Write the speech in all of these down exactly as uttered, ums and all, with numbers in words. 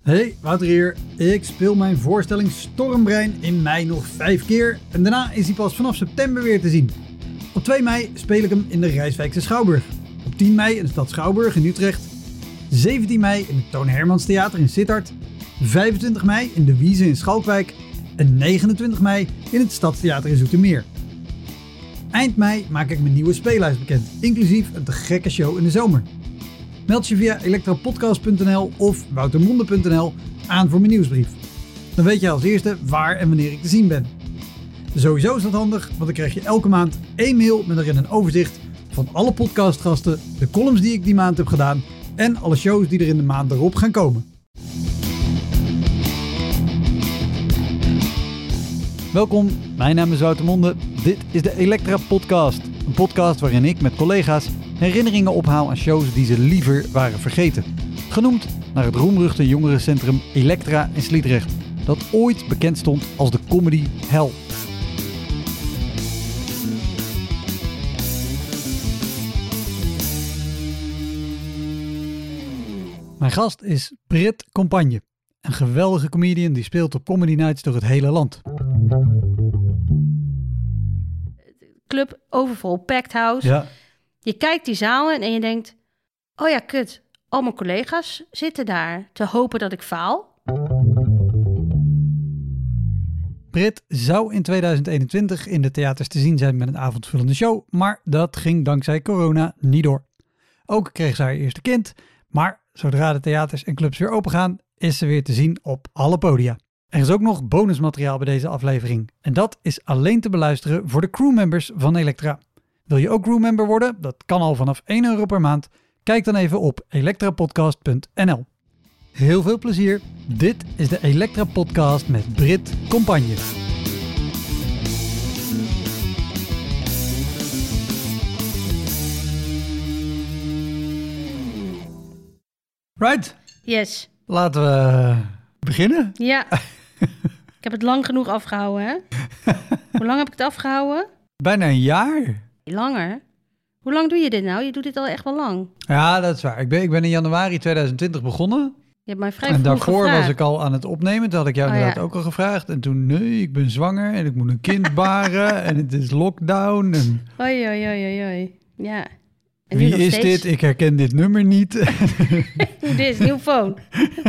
Hey, Wouter hier. Ik speel mijn voorstelling Stormbrein in mei nog vijf keer en daarna is hij pas vanaf september weer te zien. Op twee mei speel ik hem in de Rijswijkse Schouwburg. Op tien mei in de stad Schouwburg in Utrecht. zeventien mei in het Toon Hermans Theater in Sittard. vijfentwintig mei in de Wieze in Schalkwijk. En negenentwintig mei in het Stadstheater in Zoetermeer. Eind mei maak ik mijn nieuwe speellijst bekend, inclusief een te gekke show in de zomer. Meld je via elektrapodcast punt n l of woutermonde punt n l aan voor mijn nieuwsbrief. Dan weet je als eerste waar en wanneer ik te zien ben. Sowieso is dat handig, want dan krijg je elke maand één mail met erin een overzicht van alle podcastgasten, de columns die ik die maand heb gedaan en alle shows die er in de maand erop gaan komen. Welkom, mijn naam is Wouter Monde. Dit is de Elektra Podcast. Een podcast waarin ik met collega's herinneringen ophaal aan shows die ze liever waren vergeten. Genoemd naar het roemruchte jongerencentrum Elektra in Sliedrecht, dat ooit bekend stond als de comedy hell. Mijn gast is Brit Compagne, een geweldige comedian die speelt op comedy nights door het hele land. Club overvol, packed house. Ja. Je kijkt die zaal in en je denkt, oh ja, kut, al mijn collega's zitten daar te hopen dat ik faal. Brit zou in tweeduizend eenentwintig in de theaters te zien zijn met een avondvullende show, maar dat ging dankzij corona niet door. Ook kreeg ze haar eerste kind, maar zodra de theaters en clubs weer open gaan, is ze weer te zien op alle podia. Er is ook nog bonusmateriaal bij deze aflevering en dat is alleen te beluisteren voor de crewmembers van Elektra. Wil je ook crewmember worden? Dat kan al vanaf één euro per maand. Kijk dan even op elektrapodcast punt n l. Heel veel plezier. Dit is de Elektra Podcast met Brit Compagne. Right. Yes. Laten we beginnen. Ja. Ik heb het lang genoeg afgehouden, hè? Hoe lang heb ik het afgehouden? Bijna een jaar. Langer. Hoe lang doe je dit nou? Je doet dit al echt wel lang. Ja, dat is waar. Ik ben, ik ben in januari tweeduizend twintig begonnen. Je hebt mij vrij En vroeg daarvoor gevraagd. was ik al aan het opnemen. Toen had ik jou Oh, inderdaad ja. ook al gevraagd. En toen, nee, ik ben zwanger en ik moet een kind baren. En het is lockdown. En Oei, oei, oei, oei, oei. Ja. En nu wie nog is steeds. dit? Ik herken dit nummer niet. Hoe dit is, nieuw phone.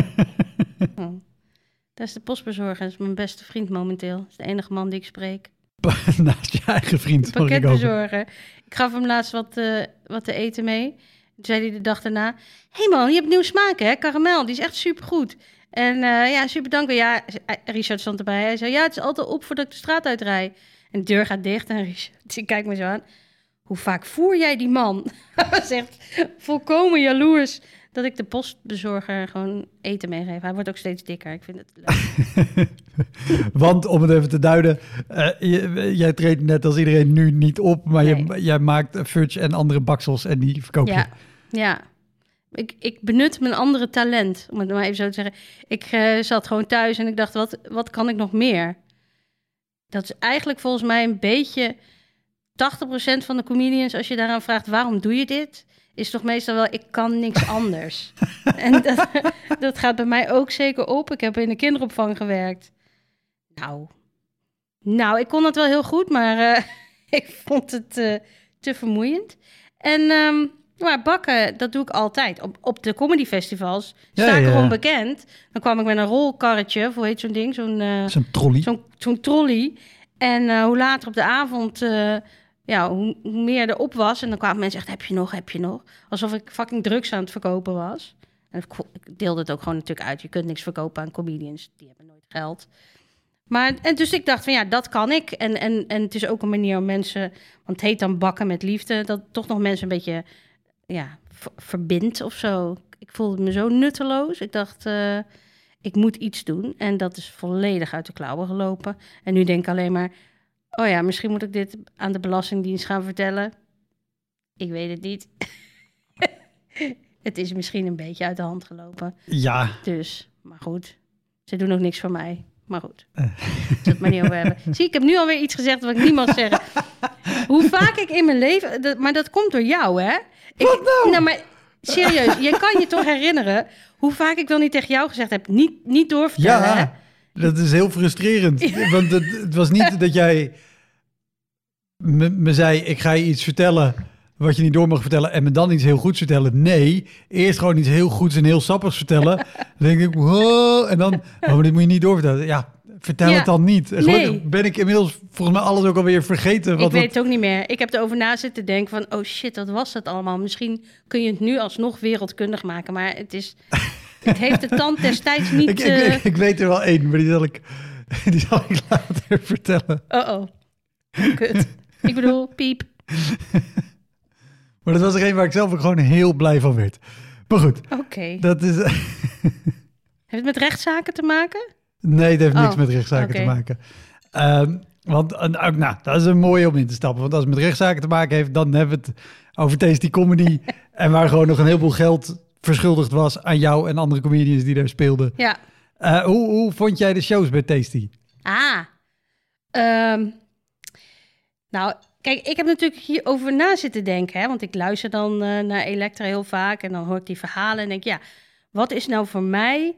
Oh. Dat is de postbezorger. Dat is mijn beste vriend momenteel. Dat is de enige man die ik spreek. Naast je eigen vriend. De pakketbezorger. Ik gaf hem laatst wat, uh, wat te eten mee. Toen zei hij de dag daarna... Hé hey man, je hebt nieuwe smaken, hè? Karamel, die is echt supergoed. En uh, ja, super dank. Ja, Richard stond erbij. Hij zei, ja, het is altijd op voordat ik de straat uitrijd. En de deur gaat dicht en Richard die kijkt me zo aan. Hoe vaak voer jij die man? Hij was echt volkomen jaloers dat ik de postbezorger gewoon eten meegeef. Hij wordt ook steeds dikker. Ik vind het leuk. Want om het even te duiden, uh, je, jij treedt net als iedereen nu niet op, maar Nee. je, jij maakt fudge en andere baksels en die verkoop je. Ja, ja. Ik, ik benut mijn andere talent, om het maar even zo te zeggen. Ik uh, zat gewoon thuis en ik dacht, wat, wat kan ik nog meer? Dat is eigenlijk volgens mij een beetje tachtig procent van de comedians, als je daaraan vraagt, waarom doe je dit? Is toch meestal wel, ik kan niks anders. En dat, dat gaat bij mij ook zeker op. Ik heb in de kinderopvang gewerkt. Nou, nou ik kon het wel heel goed, maar uh, ik vond het uh, te vermoeiend. En um, maar bakken, dat doe ik altijd. Op, op de comedyfestivals Ja, sta ik ja. erom bekend. Dan kwam ik met een rolkarretje, of hoe heet zo'n ding? Zo'n, uh, Zo'n trolley. zo'n, zo'n trolley. En uh, hoe later op de avond... Uh, Ja, hoe, hoe meer er op was. En dan kwamen mensen echt, heb je nog, heb je nog? Alsof ik fucking drugs aan het verkopen was. En ik, ik deelde het ook gewoon natuurlijk uit. Je kunt niks verkopen aan comedians. Die hebben nooit geld. Maar, en dus ik dacht van ja, dat kan ik. En, en, en het is ook een manier om mensen... Want het heet dan bakken met liefde. Dat toch nog mensen een beetje ja, v- verbindt of zo. Ik voelde me zo nutteloos. Ik dacht, uh, ik moet iets doen. En dat is volledig uit de klauwen gelopen. En nu denk ik alleen maar... Oh ja, misschien moet ik dit aan de Belastingdienst gaan vertellen. Ik weet het niet. Het is misschien een beetje uit de hand gelopen. Ja. Dus, maar goed. Ze doen ook niks voor mij. Maar goed. Zullen we het maar niet over hebben. Zie, ik heb nu alweer iets gezegd wat ik niet mag zeggen. Hoe vaak ik in mijn leven... Dat, maar dat komt door jou, hè? Ik, Wat nou? Nou, maar serieus. Je kan je toch herinneren hoe vaak ik wel niet tegen jou gezegd heb, niet, niet doorvertellen. Ja, hè? Dat is heel frustrerend. Ja. Want het, het was niet dat jij me, me zei, ik ga je iets vertellen wat je niet door mag vertellen en me dan iets heel goeds vertellen. Nee, eerst gewoon iets heel goeds en heel sappigs vertellen. Dan denk ik, wow, en dan, oh, maar dit moet je niet doorvertellen. Ja, vertel ja, het dan niet. En nee. Ben ik inmiddels volgens mij alles ook alweer vergeten. Wat ik weet het ook niet meer. Ik heb erover na zitten denken van, oh shit, wat was dat allemaal? Misschien kun je het nu alsnog wereldkundig maken, maar het is, het heeft de tand destijds niet... ik, ik, ik, ik weet er wel één, maar die zal ik, die zal ik later vertellen. Oh-oh. Kut. Ik bedoel, piep. Maar dat was er een waar ik zelf ook gewoon heel blij van werd. Maar goed. Oké. Okay. Dat is... Heeft het met rechtszaken te maken? Nee, het heeft oh, niks met rechtszaken okay. te maken. Um, want uh, nou, dat is een mooie om in te stappen. Want als het met rechtszaken te maken heeft, dan hebben we het over Tasty Comedy. En waar gewoon nog een heleboel geld verschuldigd was aan jou en andere comedians die daar speelden. Ja. Uh, hoe, hoe vond jij de shows bij Tasty? Ah. Um, nou, kijk, ik heb natuurlijk hierover na zitten denken. Hè? Want ik luister dan uh, naar Elektra heel vaak. En dan hoor ik die verhalen en denk, ja, wat is nou voor mij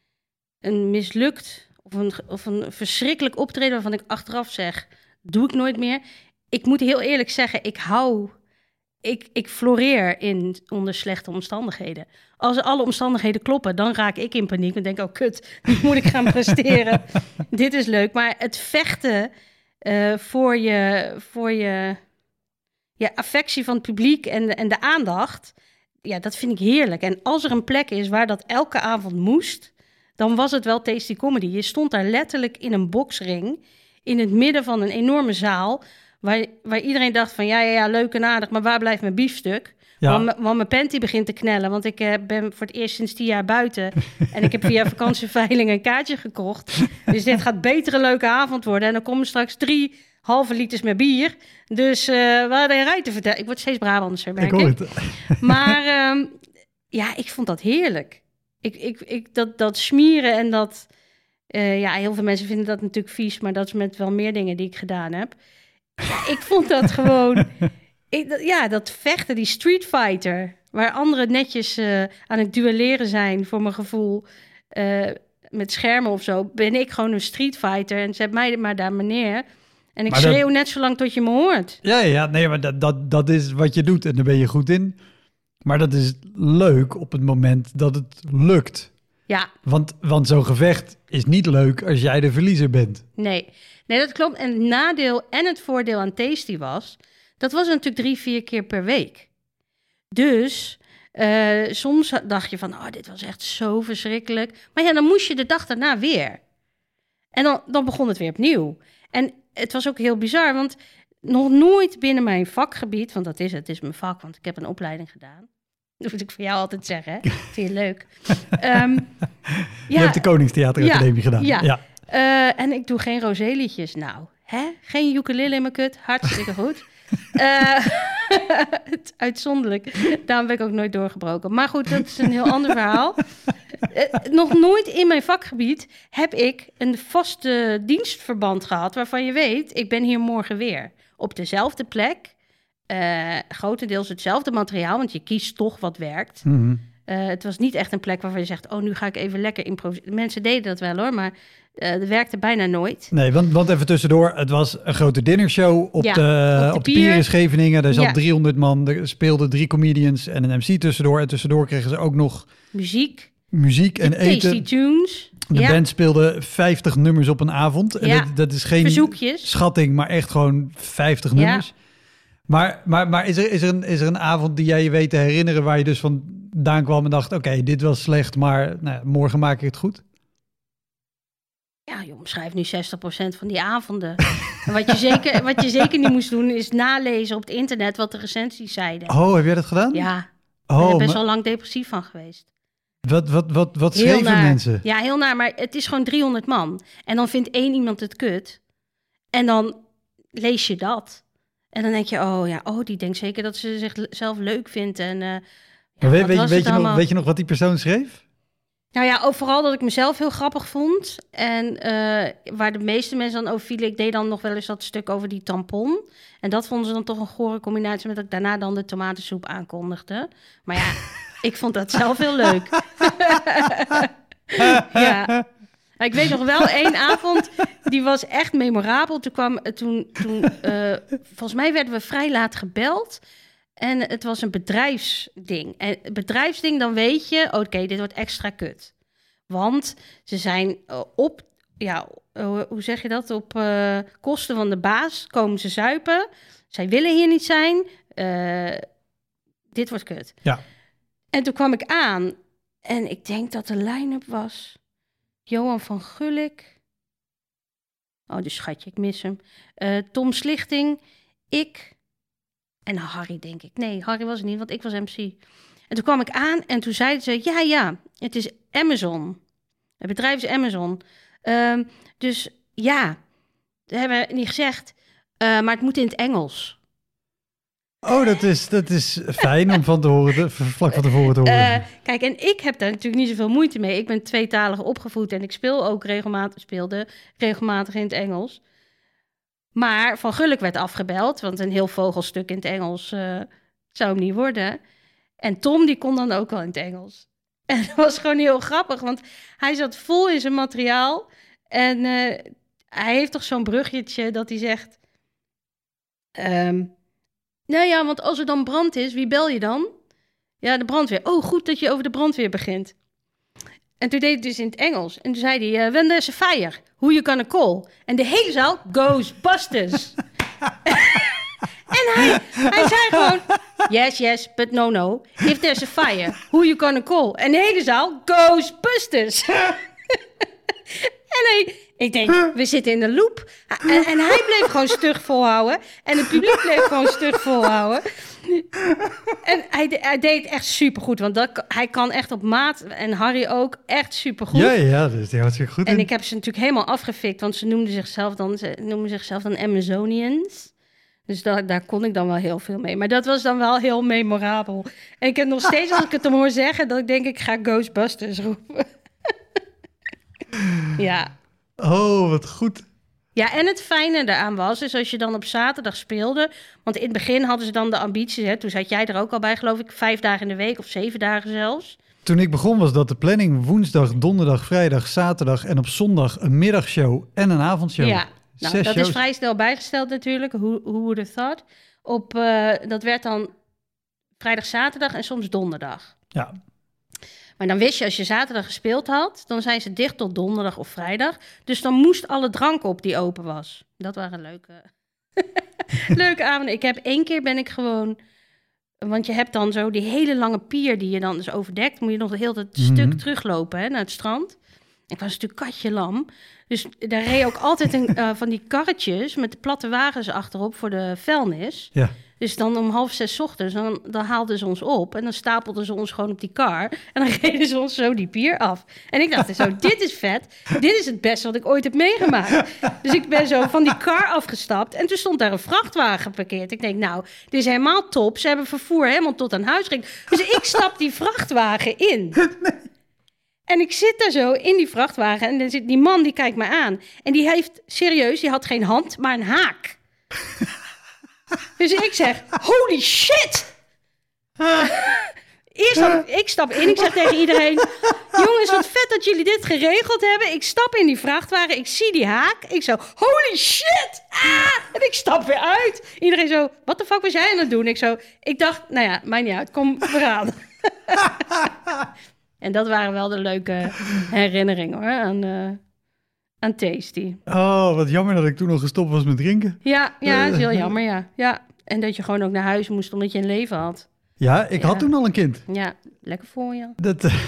een mislukt of een, of een verschrikkelijk optreden waarvan ik achteraf zeg, doe ik nooit meer. Ik moet heel eerlijk zeggen, ik hou, ik, ik floreer in onder slechte omstandigheden. Als alle omstandigheden kloppen, dan raak ik in paniek en denk, oh kut, nu moet ik gaan presteren. Dit is leuk, maar het vechten uh, voor je, voor je ja, affectie van het publiek en de, en de aandacht, ja, dat vind ik heerlijk. En als er een plek is waar dat elke avond moest, dan was het wel Tasty Comedy. Je stond daar letterlijk in een boksring, in het midden van een enorme zaal, waar, waar iedereen dacht van, ja, ja, ja, leuk en aardig, maar waar blijft mijn biefstuk? Ja. Want, want mijn panty begint te knellen, want ik uh, ben voor het eerst sinds tien jaar buiten en ik heb via vakantieveiling een kaartje gekocht. Dus dit gaat beter een leuke avond worden. En dan komen straks drie halve liters met bier. Dus uh, waar de rij te vertellen. Ik word steeds Brabantser, merk ik. ik. Maar um, ja, ik vond dat heerlijk. Ik, ik, ik, dat, dat smieren en dat... Uh, ja, heel veel mensen vinden dat natuurlijk vies, maar dat is met wel meer dingen die ik gedaan heb. Ja, ik vond dat gewoon... Ik, dat, ja, dat vechten, die Street Fighter, waar anderen netjes uh, aan het duelleren zijn, voor mijn gevoel, uh, met schermen of zo, ben ik gewoon een Street Fighter en zet mij maar daar meneer. En ik maar schreeuw dat... net zo lang tot je me hoort. Ja, ja, nee, maar dat, dat, dat is wat je doet en daar ben je goed in. Maar dat is leuk op het moment dat het lukt. Ja. Want, want zo'n gevecht is niet leuk als jij de verliezer bent. Nee, nee, dat klopt. En het nadeel en het voordeel aan Tasty was, dat was natuurlijk drie, vier keer per week. Dus uh, soms dacht je van, oh, dit was echt zo verschrikkelijk. Maar ja, dan moest je de dag daarna weer. En dan, dan begon het weer opnieuw. En het was ook heel bizar, want nog nooit binnen mijn vakgebied, want dat is het, het is mijn vak, want ik heb een opleiding gedaan. Dat moet ik voor jou altijd zeggen, hè? Vind je leuk? um, je ja, hebt de Koningstheateracademie ja, gedaan. Ja, ja. Uh, en ik doe geen roséliedjes. Nou, hè? Geen ukulele in mijn kut. Hartstikke goed. uh, het uitzonderlijk. Daarom ben ik ook nooit doorgebroken. Maar goed, dat is een heel ander verhaal. Uh, nog nooit in mijn vakgebied heb ik een vaste dienstverband gehad, waarvan je weet, ik ben hier morgen weer. Op dezelfde plek. Uh, grotendeels hetzelfde materiaal, want je kiest toch wat werkt. Mm-hmm. Uh, het was niet echt een plek waarvan je zegt, oh, nu ga ik even lekker improviseren. Mensen deden dat wel hoor, maar uh, dat werkte bijna nooit. Nee, want, want even tussendoor, het was een grote dinnershow op, ja, de, op de, op de pier in Scheveningen. Daar zat ja. driehonderd man, er speelden drie comedians en een M C tussendoor. En tussendoor kregen ze ook nog muziek. Muziek en eten. Tasty tunes. De ja. band speelde vijftig nummers op een avond. En ja. dat, dat is geen verzoekjes. Schatting, maar echt gewoon vijftig nummers. Ja. Maar, maar, maar is, er, is, er een, is er een avond die jij je weet te herinneren waar je dus vandaan kwam en dacht, oké, okay, dit was slecht, maar nou, morgen maak ik het goed? Ja, je omschrijft nu zestig procent van die avonden. En wat je, zeker, wat je zeker niet moest doen, is nalezen op het internet wat de recensies zeiden. Oh, heb jij dat gedaan? Ja, ik oh, ben er best maar... wel lang depressief van geweest. Wat, wat, wat, wat schreven naar. mensen? Ja, heel naar, maar het is gewoon driehonderd man. En dan vindt één iemand het kut. En dan lees je dat. En dan denk je, oh ja, oh, die denkt zeker dat ze zichzelf leuk vindt. En, uh, ja, maar weet, weet, weet, je nog, weet je nog wat die persoon schreef? Nou ja, ook vooral dat ik mezelf heel grappig vond. En uh, waar de meeste mensen dan over vielen, ik deed dan nog wel eens dat stuk over die tampon. En dat vonden ze dan toch een gore combinatie met dat ik daarna dan de tomatensoep aankondigde. Maar ja, Ik vond dat zelf heel leuk. Ja. Ik weet nog wel één avond, die was echt memorabel. Toen kwam, toen, toen uh, volgens mij werden we vrij laat gebeld. En het was een bedrijfsding. En bedrijfsding, dan weet je, oké, okay, dit wordt extra kut. Want ze zijn uh, op, ja, uh, hoe zeg je dat? Op uh, kosten van de baas komen ze zuipen. Zij willen hier niet zijn. Uh, dit wordt kut. Ja. En toen kwam ik aan en ik denk dat de line-up was Johan van Gulik. Oh, dus schatje, ik mis hem. Uh, Tom Slichting, ik en Harry, denk ik. Nee, Harry was het niet, want ik was M C. En toen kwam ik aan en toen zeiden ze, ja, ja, het is Amazon. Het bedrijf is Amazon. Uh, dus ja, dat hebben we niet gezegd, uh, maar het moet in het Engels. Oh, dat is, dat is fijn om van te horen, de, vlak van tevoren te horen. Uh, kijk, en ik heb daar natuurlijk niet zoveel moeite mee. Ik ben tweetalig opgevoed en ik speel ook regelmatig, speelde regelmatig in het Engels. Maar Van Gulik werd afgebeld, want een heel vogelstuk in het Engels uh, zou hem niet worden. En Tom, die kon dan ook wel in het Engels. En dat was gewoon heel grappig, want hij zat vol in zijn materiaal. En uh, hij heeft toch zo'n bruggetje dat hij zegt... Um, nou ja, want als er dan brand is, wie bel je dan? Ja, de brandweer. Oh, goed dat je over de brandweer begint. En toen deed hij dus in het Engels. En toen zei hij, uh, when there's a fire, who you gonna call? En de hele zaal, Ghostbusters. En hij, hij zei gewoon, yes, yes, but no, no. If there's a fire, who you gonna call? En de hele zaal, Ghostbusters. En hij, ik denk, we zitten in de loop. En, en hij bleef gewoon stug volhouden. En het publiek bleef gewoon stug volhouden. En hij, hij deed echt supergoed. Want dat, hij kan echt op maat. En Harry ook echt supergoed. Ja, ja, dat is hartstikke goed. En in. ik heb ze natuurlijk helemaal afgefikt. Want ze noemden zichzelf dan, ze noemen zichzelf dan Amazonians. Dus da, daar kon ik dan wel heel veel mee. Maar dat was dan wel heel memorabel. En ik heb nog steeds, als ik het hem hoor zeggen... dat ik denk, ik ga Ghostbusters roepen. Ja. Oh, wat goed. Ja, en het fijne daaraan was, is als je dan op zaterdag speelde... want in het begin hadden ze dan de ambities... Hè, toen zat jij er ook al bij, geloof ik... vijf dagen in de week of zeven dagen zelfs. Toen ik begon was dat de planning woensdag, donderdag, vrijdag, zaterdag... en op zondag een middagshow en een avondshow. Ja, nou, Zes dat shows. is vrij snel bijgesteld natuurlijk. Who, who would have thought? Op, uh, dat werd dan vrijdag, zaterdag en soms donderdag. Ja. Maar dan wist je, als je zaterdag gespeeld had... dan zijn ze dicht tot donderdag of vrijdag. Dus dan moest alle drank op die open was. Dat waren leuke, leuke avonden. Ik heb één keer ben ik gewoon... want je hebt dan zo die hele lange pier die je dan dus overdekt. Moet je nog een heel het Mm-hmm. stuk teruglopen hè, naar het strand. Ik was natuurlijk katje lam. Dus daar reed ook altijd een, uh, van die karretjes... met de platte wagens achterop voor de vuilnis... Ja. Dus dan om half zes ochtends, dan, dan haalden ze ons op... en dan stapelden ze ons gewoon op die kar... en dan reden ze ons zo die pier af. En ik dacht zo, dit is vet. Dit is het beste wat ik ooit heb meegemaakt. Dus ik ben zo van die kar afgestapt... en toen stond daar een vrachtwagen geparkeerd. Ik denk, nou, dit is helemaal top. Ze hebben vervoer helemaal tot aan huis gekregen. Dus ik stap die vrachtwagen in. En ik zit daar zo in die vrachtwagen... en dan zit die man, die kijkt me aan. En die heeft, serieus, die had geen hand, maar een haak. Dus ik zeg, holy shit! Eerst stap, ik stap in, ik zeg tegen iedereen... jongens, wat vet dat jullie dit geregeld hebben. Ik stap in die vrachtwagen, ik zie die haak. Ik zo, holy shit! Ah! En ik stap weer uit. Iedereen zo, wat de fuck was jij aan het doen? Ik zo, ik dacht, nou ja, maakt niet uit, kom, we gaan. En dat waren wel de leuke herinneringen hoor, aan... Uh, aan Tasty. Oh, wat jammer dat ik toen nog gestopt was met drinken. Ja, ja, dat is heel jammer, ja. ja. En dat je gewoon ook naar huis moest omdat je een leven had. Ja, ik ja. had toen al een kind. Ja, lekker voor je. Dat, uh...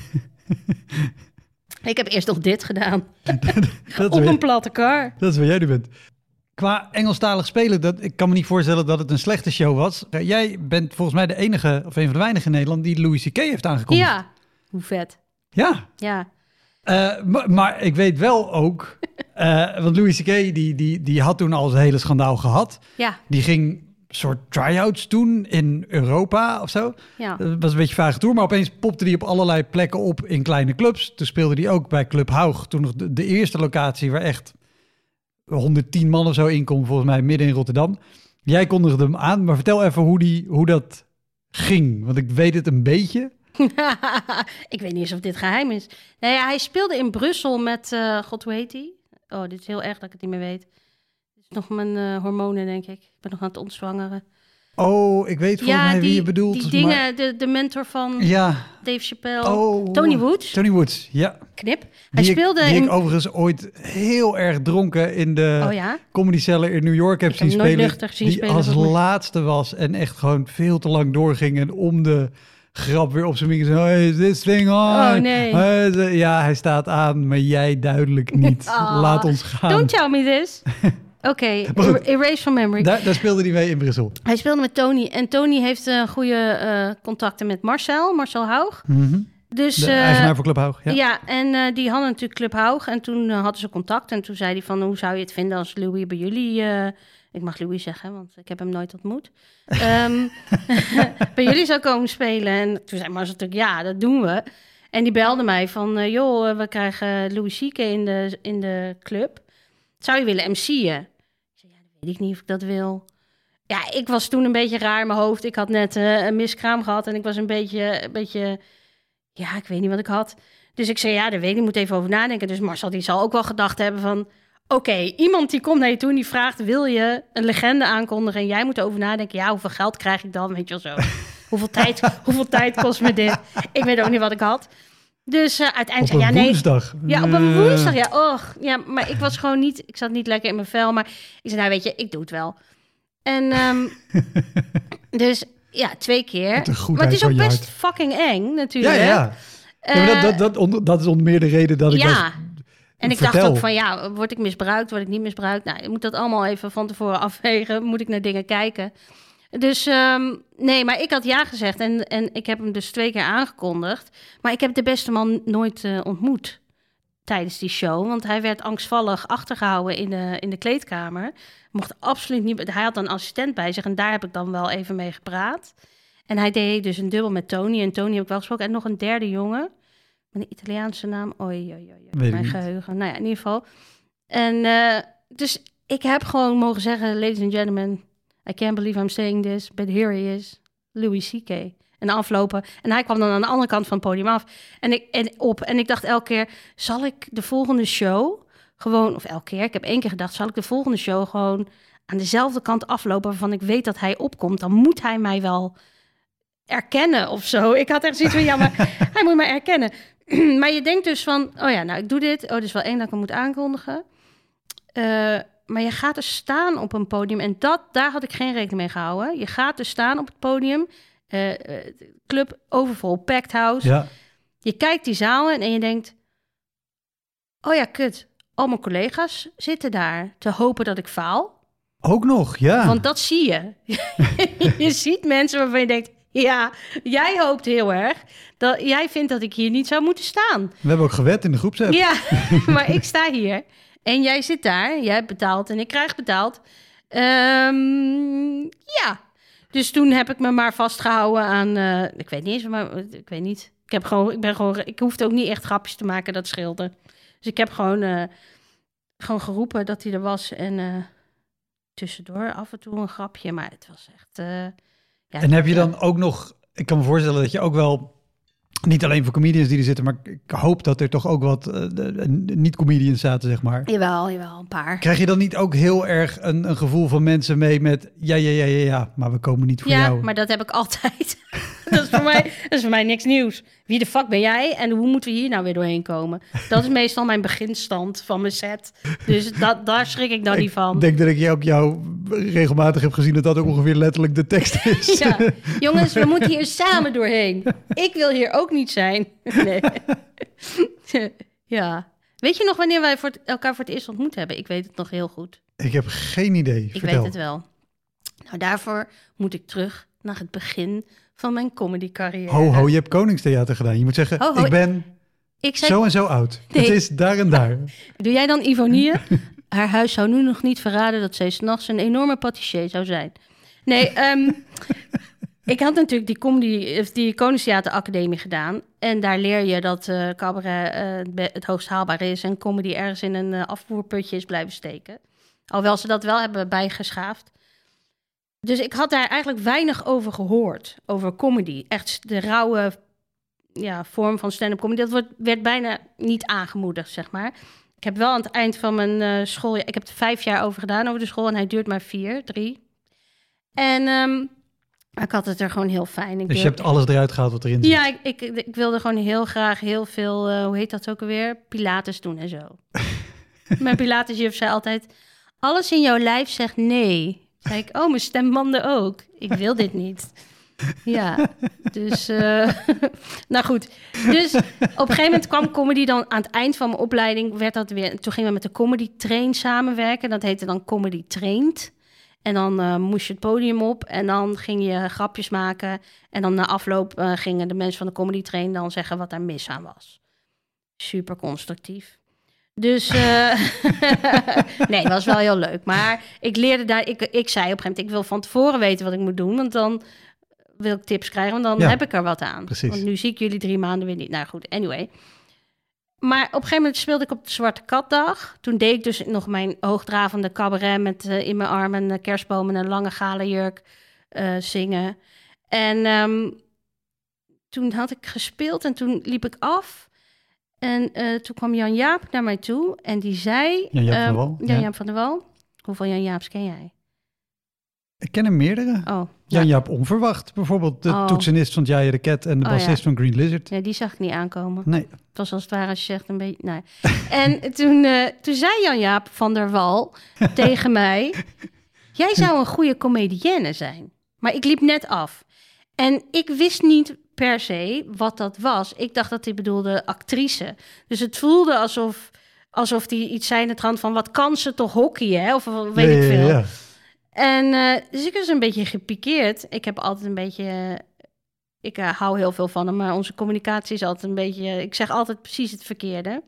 ik heb eerst nog dit gedaan. dat Op weet, een platte kar. Dat is waar jij nu bent. Qua Engelstalig spelen, dat, ik kan me niet voorstellen dat het een slechte show was. Jij bent volgens mij de enige, of een van de weinigen in Nederland... die Louis C K heeft aangekondigd. Ja, hoe vet. Ja. Ja. Uh, maar, maar ik weet wel ook, uh, want Louis C K die, die, die had toen al zijn hele schandaal gehad. Ja. Die ging een soort try-outs doen in Europa of zo. Ja. Dat was een beetje een vage tour, maar opeens popte hij op allerlei plekken op in kleine clubs. Toen speelde hij ook bij Club Haug, toen nog de, de eerste locatie waar echt honderdtien man of zo in kon, volgens mij midden in Rotterdam. Jij kondigde hem aan, maar vertel even hoe, die, hoe dat ging, want ik weet het een beetje. Ik weet niet eens of dit geheim is. Nee, ja, hij speelde in Brussel met... Uh, God, hoe heet hij? Oh, dit is heel erg dat ik het niet meer weet. Dit is nog mijn uh, hormonen, denk ik. Ik ben nog aan het ontzwangeren. Oh, ik weet volgens ja, mij die, wie je bedoelt. die dingen, maar... de, de mentor van ja. Dave Chappelle. Oh, Tony Woods. Tony Woods, ja. Knip. Hij die speelde ik, die in... ik overigens ooit heel erg dronken in de oh, ja? Comedy Cellar in New York heb ik zien heb spelen. Nooit luchtig zien die spelen, als laatste was en echt gewoon veel te lang doorging en om de grap weer op zijn micro zei, hey, is this thing on? Oh, nee. Uh, ja, hij staat aan, maar jij duidelijk niet. Oh, laat ons gaan. Don't tell me this. Oké, okay. Erase from memory. Daar, daar speelde hij mee in Brussel. Hij speelde met Tony. En Tony heeft uh, goede uh, contacten met Marcel, Marcel Haug. Mm-hmm. Dus, de uh, eigenaar van Club Haug. Ja, ja en uh, die hadden natuurlijk Club Haug. En toen uh, hadden ze contact. En toen zei hij van, hoe zou je het vinden als Louis bij jullie... Uh, ik mag Louis zeggen, want ik heb hem nooit ontmoet. Um, bij jullie zou komen spelen. En toen zei Marcel natuurlijk, ja, dat doen we. En die belde mij van, uh, joh, we krijgen Louis C K in de, in de club. Zou je willen M C'en? Weet ik niet of ik dat wil. Ja, ik was toen een beetje raar in mijn hoofd. Ik had net uh, een miskraam gehad en ik was een beetje, een beetje... Ja, ik weet niet wat ik had. Dus ik zei, ja, daar weet ik, ik moet even over nadenken. Dus Marcel, die zal ook wel gedacht hebben van... Oké, okay, iemand die komt naar je toe en die vraagt... Wil je een legende aankondigen? En jij moet erover nadenken. Ja, hoeveel geld krijg ik dan? Weet je wel zo. hoeveel, tijd, hoeveel tijd kost me dit? Ik weet ook niet wat ik had. Dus uh, uiteindelijk op zei een ja, woensdag. Nee, ja, op een woensdag. Ja, och, ja, maar ik was gewoon niet... Ik zat niet lekker in mijn vel. Maar ik zei, nou weet je, ik doe het wel. En um, dus ja, twee keer. Maar het is ook best hart. fucking eng natuurlijk. Ja, ja. Uh, ja maar dat, dat, dat, dat is onder meer de reden dat ik ja. was... En ik Vertel. dacht ook van, ja, word ik misbruikt, word ik niet misbruikt? Nou, je moet dat allemaal even van tevoren afwegen. Moet ik naar dingen kijken? Dus um, nee, maar ik had ja gezegd en, en ik heb hem dus twee keer aangekondigd. Maar ik heb de beste man nooit uh, ontmoet tijdens die show. Want hij werd angstvallig achtergehouden in de, in de kleedkamer. Mocht absoluut niet... Hij had een assistent bij zich en daar heb ik dan wel even mee gepraat. En hij deed dus een dubbel met Tony. En Tony heb ik wel gesproken. En nog een derde jongen. Met een Italiaanse naam. Oei, oei, oei. Mijn geheugen. Nou ja, in ieder geval. En uh, dus ik heb gewoon mogen zeggen... Ladies and gentlemen, I can't believe I'm saying this. But here he is. Louis C K. En aflopen. En hij kwam dan aan de andere kant van het podium af. En ik en op. En ik dacht elke keer... Zal ik de volgende show gewoon... Of elke keer. Ik heb één keer gedacht... Zal ik de volgende show gewoon aan dezelfde kant aflopen... waarvan ik weet dat hij opkomt. Dan moet hij mij wel erkennen of zo. Ik had echt zoiets van... Ja, maar hij moet mij erkennen. Maar je denkt dus van... Oh ja, nou, ik doe dit. Oh, er is wel één dat ik hem moet aankondigen. Uh, maar je gaat dus staan op een podium. En dat, daar had ik geen rekening mee gehouden. Je gaat dus staan op het podium... Uh, uh, club overvol, packed house. Ja. Je kijkt die zaal in en je denkt... Oh ja, kut. Al mijn collega's zitten daar te hopen dat ik faal. Ook nog, ja. Want dat zie je. Je ziet mensen waarvan je denkt... Ja, jij hoopt heel erg... dat jij vindt dat ik hier niet zou moeten staan. We hebben ook gewet in de groepsapp. Ja, maar ik sta hier. En jij zit daar. Jij hebt betaald en ik krijg betaald. Um, ja... Dus toen heb ik me maar vastgehouden aan... Uh, ik weet niet eens, maar ik weet niet. Ik, heb gewoon, ik ben gewoon... Ik hoefde ook niet echt grapjes te maken, dat scheelde. Dus ik heb gewoon, uh, gewoon geroepen dat hij er was. En uh, tussendoor af en toe een grapje. Maar het was echt... Uh, ja, en heb je dan ook nog... Ik kan me voorstellen dat je ook wel... Niet alleen voor comedians die er zitten, maar ik hoop dat er toch ook wat uh, niet-comedians zaten, zeg maar. Jawel, jawel, een paar. Krijg je dan niet ook heel erg een, een gevoel van mensen mee met... Ja, ja, ja, ja, ja, maar we komen niet voor ja, jou. Ja, maar dat heb ik altijd. dat, is voor mij, dat is voor mij niks nieuws. Wie de fuck ben jij en hoe moeten we hier nou weer doorheen komen? Dat is meestal mijn beginstand van mijn set. Dus dat, daar schrik ik dan ik niet van. Ik denk dat ik ook jou regelmatig heb gezien... dat dat ook ongeveer letterlijk de tekst is. Ja, jongens, we moeten hier samen doorheen. Ik wil hier ook niet zijn. Nee. Ja. Weet je nog wanneer wij voor het, elkaar voor het eerst ontmoet hebben? Ik weet het nog heel goed. Ik heb geen idee. Ik Vertel. weet het wel. Nou, daarvoor moet ik terug naar het begin van mijn comedy-carrière. Ho, ho, je hebt Koningstheater gedaan. Je moet zeggen, ho, ho, ik ben ik zei... zo en zo oud. Nee. Het is daar en daar. Doe jij dan Ivonie? Haar huis zou nu nog niet verraden dat zij 's nachts een enorme patissier zou zijn. Nee, um, ik had natuurlijk die, comedy, die Koningstheater Academie gedaan. En daar leer je dat uh, cabaret uh, het hoogst haalbaar is... en comedy ergens in een uh, afvoerputje is blijven steken. Alhoewel ze dat wel hebben bijgeschaafd. Dus ik had daar eigenlijk weinig over gehoord, over comedy. Echt de rauwe ja, vorm van stand-up comedy. Dat wordt, werd bijna niet aangemoedigd, zeg maar. Ik heb wel aan het eind van mijn uh, school... Ik heb er vijf jaar over gedaan over de school... en hij duurt maar vier, drie. En um, ik had het er gewoon heel fijn. Ik dus je deel... hebt alles eruit gehaald wat erin zit? Ja, ik, ik, ik wilde gewoon heel graag heel veel... Uh, hoe heet dat ook alweer? Pilates doen en zo. Mijn pilatesjuf zei altijd... Alles in jouw lijf zegt nee. Zei ik, oh, mijn stembanden ook. Ik wil dit niet. Ja, dus... Uh, nou goed. Dus op een gegeven moment kwam comedy dan... aan het eind van mijn opleiding werd dat weer... Toen gingen we met de Comedy Train samenwerken. Dat heette dan Comedy Trained. En dan uh, moest je het podium op... en dan ging je grapjes maken... en dan na afloop uh, gingen de mensen van de Comedy Train... dan zeggen wat daar mis aan was. Super constructief. Dus uh, nee, het was wel heel leuk. Maar ik leerde daar... Ik, ik zei op een gegeven moment... ik wil van tevoren weten wat ik moet doen... want dan wil ik tips krijgen... want dan ja, heb ik er wat aan. Precies. Want nu zie ik jullie drie maanden weer niet. Nou goed, anyway. Maar op een gegeven moment speelde ik op de Zwarte Katdag. Toen deed ik dus nog mijn hoogdravende cabaret... met uh, in mijn armen een kerstboom en een lange gale jurk uh, zingen. En um, toen had ik gespeeld en toen liep ik af... En uh, toen kwam Jan-Jaap naar mij toe en die zei... Jan-Jaap uh, van der Wal? Jan-Jaap ja. van der Wal. Hoeveel Jan-Jaaps ken jij? Ik ken er meerdere. Oh, Jan-Jaap Onverwacht, bijvoorbeeld de oh. toetsenist van Jaja de Cat... en de oh, bassist ja. van Green Lizard. Ja, die zag ik niet aankomen. Nee. Het was als het ware als je zegt een beetje... Nee. En toen, uh, toen zei Jan-Jaap van der Wal tegen mij... Jij zou een goede comedienne zijn. Maar ik liep net af. En ik wist niet... per se wat dat was. Ik dacht dat hij bedoelde actrice. Dus het voelde alsof alsof hij iets zei in het trant van... wat kan ze toch hockeyen, hè? Of weet ja, ik veel. Ja, ja. En uh, dus ik was een beetje gepikeerd. Ik heb altijd een beetje... Uh, ik uh, hou heel veel van hem, maar onze communicatie is altijd een beetje... Uh, ik zeg altijd precies het verkeerde.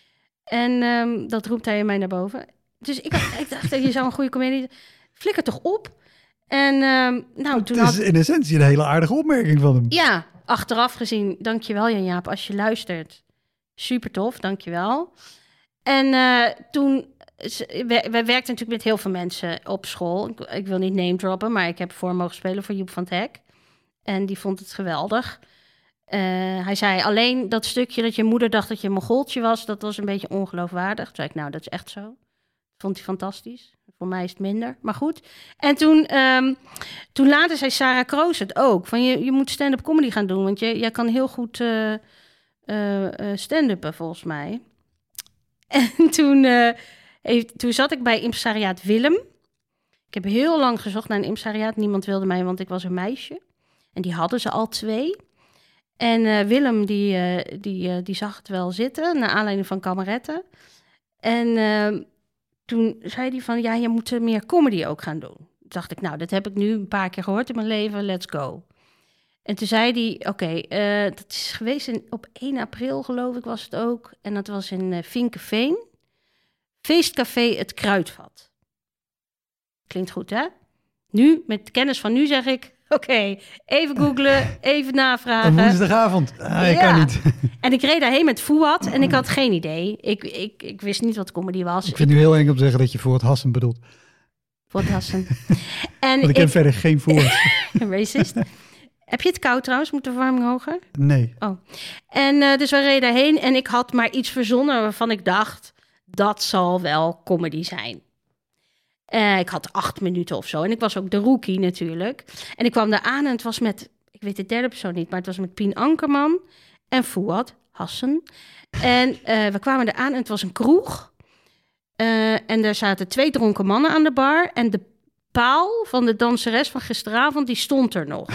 En um, dat roept hij in mij naar boven. Dus ik, had, ik dacht, je zou een goede comedie... Flikker toch op? En um, nou, toen het is had... in essentie een hele aardige opmerking van hem. Ja, achteraf gezien, dankjewel Jan-Jaap als je luistert. Super tof, dankjewel. En uh, toen, wij, wij werkten natuurlijk met heel veel mensen op school. Ik, ik wil niet name droppen, maar ik heb voor mogen spelen voor Joep van het Hek. En die vond het geweldig. Uh, hij zei alleen dat stukje dat je moeder dacht dat je een Mongooltje was, dat was een beetje ongeloofwaardig. Toen zei ik, nou, dat is echt zo. Vond hij fantastisch. Voor mij is het minder, maar goed. En toen, um, toen later zei Sarah Kroos het ook. Van je, je moet stand-up comedy gaan doen, want je, jij kan heel goed uh, uh, uh, stand-uppen volgens mij. En toen, uh, heeft, toen zat ik bij impresariaat Willem. Ik heb heel lang gezocht naar een impresariaat. Niemand wilde mij, want ik was een meisje. En die hadden ze al twee. En uh, Willem, die, uh, die, uh, die zag het wel zitten, naar aanleiding van kameretten. En... Uh, Toen zei hij van, ja, je moet meer comedy ook gaan doen. Toen dacht ik, nou, dat heb ik nu een paar keer gehoord in mijn leven, let's go. En toen zei hij, oké, okay, uh, dat is geweest in, op één april, geloof ik, was het ook. En dat was in uh, Vinkeveen. Feestcafé Het Kruidvat. Klinkt goed, hè? Nu, met kennis van nu zeg ik, oké, okay, even googlen, even navragen. Een woensdagavond, ah, ik ja. kan niet. En ik reed daarheen met Fouad en ik had geen idee. Ik, ik, ik wist niet wat comedy was. Ik vind ik... nu heel eng om te zeggen dat je Fouad Hassan bedoelt. Fouad Hassan. En Want ik ken verder geen Fouad. Racist. Heb je het koud trouwens? Moet de verwarming hoger? Nee. Oh. En uh, dus we reden daarheen en ik had maar iets verzonnen waarvan ik dacht, dat zal wel comedy zijn. Uh, ik had acht minuten of zo. En ik was ook de rookie natuurlijk. En ik kwam daar aan en het was met, ik weet de derde persoon niet, maar het was met Pien Ankerman en Fouad Hassan. En uh, we kwamen daar aan en het was een kroeg. Uh, en er zaten twee dronken mannen aan de bar. En de paal van de danseres van gisteravond, die stond er nog.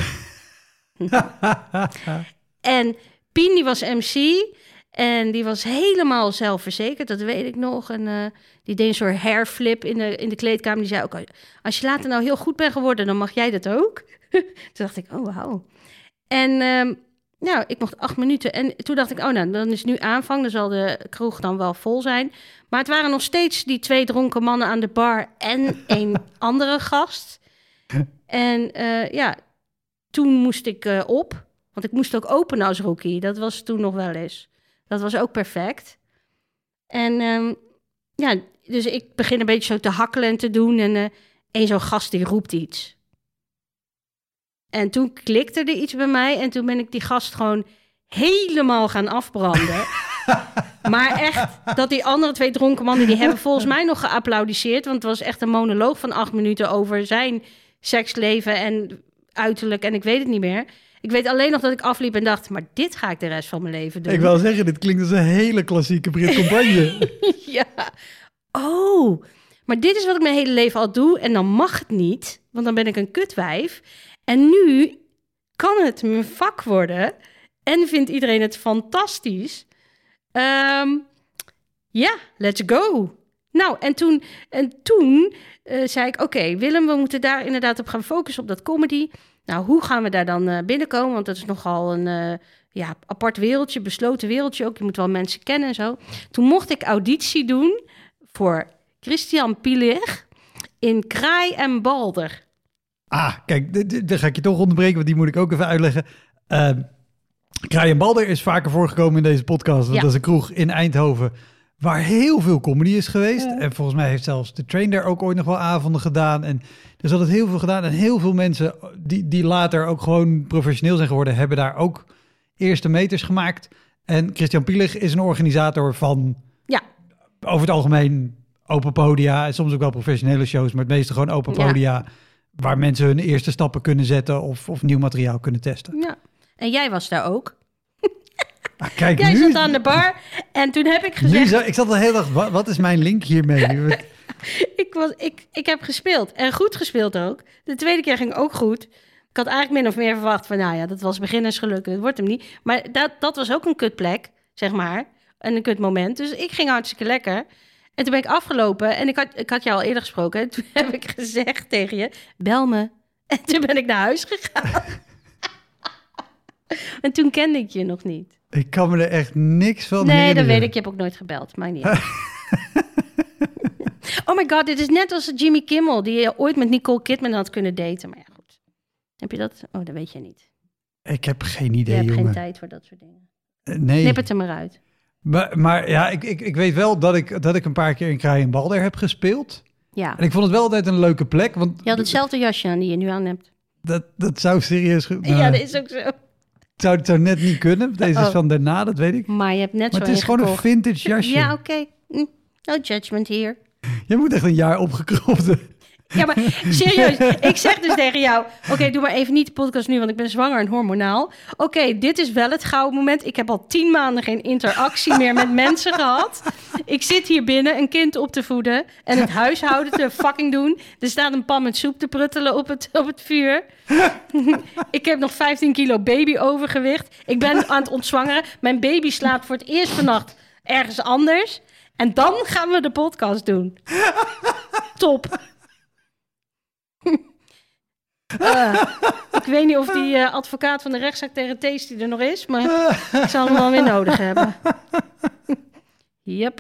En Pien, die was M C... En die was helemaal zelfverzekerd, dat weet ik nog. En uh, die deed een soort hairflip in de, in de kleedkamer. Die zei ook, als je later nou heel goed bent geworden, dan mag jij dat ook. Toen dacht ik, oh, wauw. En uh, nou, ik mocht acht minuten. En toen dacht ik, oh, nou, dan is nu aanvang. Dan zal de kroeg dan wel vol zijn. Maar het waren nog steeds die twee dronken mannen aan de bar en een andere gast. En uh, ja, toen moest ik uh, op. Want ik moest ook openen als rookie. Dat was toen nog wel eens. Dat was ook perfect. En um, ja, dus ik begin een beetje zo te hakkelen en te doen. En uh, een zo'n gast die roept iets. En toen klikte er iets bij mij. En toen ben ik die gast gewoon helemaal gaan afbranden. Maar echt, dat die andere twee dronken mannen... die hebben volgens mij nog geapplaudisseerd... want het was echt een monoloog van acht minuten... over zijn seksleven en uiterlijk en ik weet het niet meer. Ik weet alleen nog dat ik afliep en dacht... maar dit ga ik de rest van mijn leven doen. Ik wil zeggen, dit klinkt als een hele klassieke Brit campagne. Ja. Oh, maar dit is wat ik mijn hele leven al doe... en dan mag het niet, want dan ben ik een kutwijf. En nu kan het mijn vak worden... en vindt iedereen het fantastisch... Um, ja, let's go. Nou, en toen, en toen uh, zei ik... oké, okay, Willem, we moeten daar inderdaad op gaan focussen... op dat comedy. Nou, hoe gaan we daar dan uh, binnenkomen? Want dat is nogal een uh, ja, apart wereldje, besloten wereldje ook. Je moet wel mensen kennen en zo. Toen mocht ik auditie doen voor Christian Pielig... in Kraai en Balder. Ah, kijk, daar ga ik je toch onderbreken... want die moet ik ook even uitleggen... Uh, Kraai en Balder is vaker voorgekomen in deze podcast. Want ja. Dat is een kroeg in Eindhoven waar heel veel comedy is geweest. Ja. En volgens mij heeft zelfs de Train daar ook ooit nog wel avonden gedaan. En er is altijd heel veel gedaan. En heel veel mensen die, die later ook gewoon professioneel zijn geworden... hebben daar ook eerste meters gemaakt. En Christian Pielig is een organisator van... Ja. over het algemeen open podia. En soms ook wel professionele shows, maar het meeste gewoon open podia... Ja. Waar mensen hun eerste stappen kunnen zetten of, of nieuw materiaal kunnen testen. Ja. En jij was daar ook. Ah, kijk, jij nu... zat aan de bar en toen heb ik gezegd... Nu, ik zat al de hele dag, wat, wat is mijn link hiermee? ik, was, ik, ik heb gespeeld en goed gespeeld ook. De tweede keer ging ook goed. Ik had eigenlijk min of meer verwacht van... nou ja, dat was beginnersgeluk, het wordt hem niet. Maar dat, dat was ook een kutplek, zeg maar. En een kutmoment. Dus ik ging hartstikke lekker. En toen ben ik afgelopen en ik had, ik had jou al eerder gesproken. En toen heb ik gezegd tegen je, bel me. En toen ben ik naar huis gegaan. En toen kende ik je nog niet. Ik kan me er echt niks van Nee, herinneren. dat weet ik. Je hebt ook nooit gebeld. Maakt niet uit. Oh my god, dit is net als Jimmy Kimmel... die je ooit met Nicole Kidman had kunnen daten. Maar ja, goed. Heb je dat? Oh, dat weet je niet. Ik heb geen idee, Je hebt jongen. geen tijd voor dat soort dingen. Uh, nee. Knip het er maar uit. Maar, maar ja, ik, ik, ik weet wel dat ik, dat ik een paar keer in Kraai en Balder heb gespeeld. Ja. En ik vond het wel altijd een leuke plek. Want je had hetzelfde jasje aan die je nu aan hebt. Dat, dat zou serieus... Nou, ja, dat is ook zo. Zou het zou net niet kunnen. Deze Uh-oh. is van daarna, dat weet ik. Maar je hebt net maar zo het is gewoon ingekocht. een vintage jasje. Ja, oké. Okay. No judgment hier. Je moet echt een jaar opgekropte. Ja, maar serieus. Ik zeg dus tegen jou... Oké, okay, doe maar even niet de podcast nu, want ik ben zwanger en hormonaal. Oké, okay, dit is wel het gouden moment. Ik heb al tien maanden geen interactie meer met mensen gehad. Ik zit hier binnen een kind op te voeden... en het huishouden te fucking doen. Er staat een pan met soep te pruttelen op het, op het vuur. Ik heb nog vijftien kilo baby overgewicht. Ik ben aan het ontzwangeren. Mijn baby slaapt voor het eerst vannacht ergens anders. En dan gaan we de podcast doen. Top. Uh, ik weet niet of die uh, advocaat van de rechtszaak tegen Tasty er nog is, maar ik zal hem wel weer nodig hebben. Yep.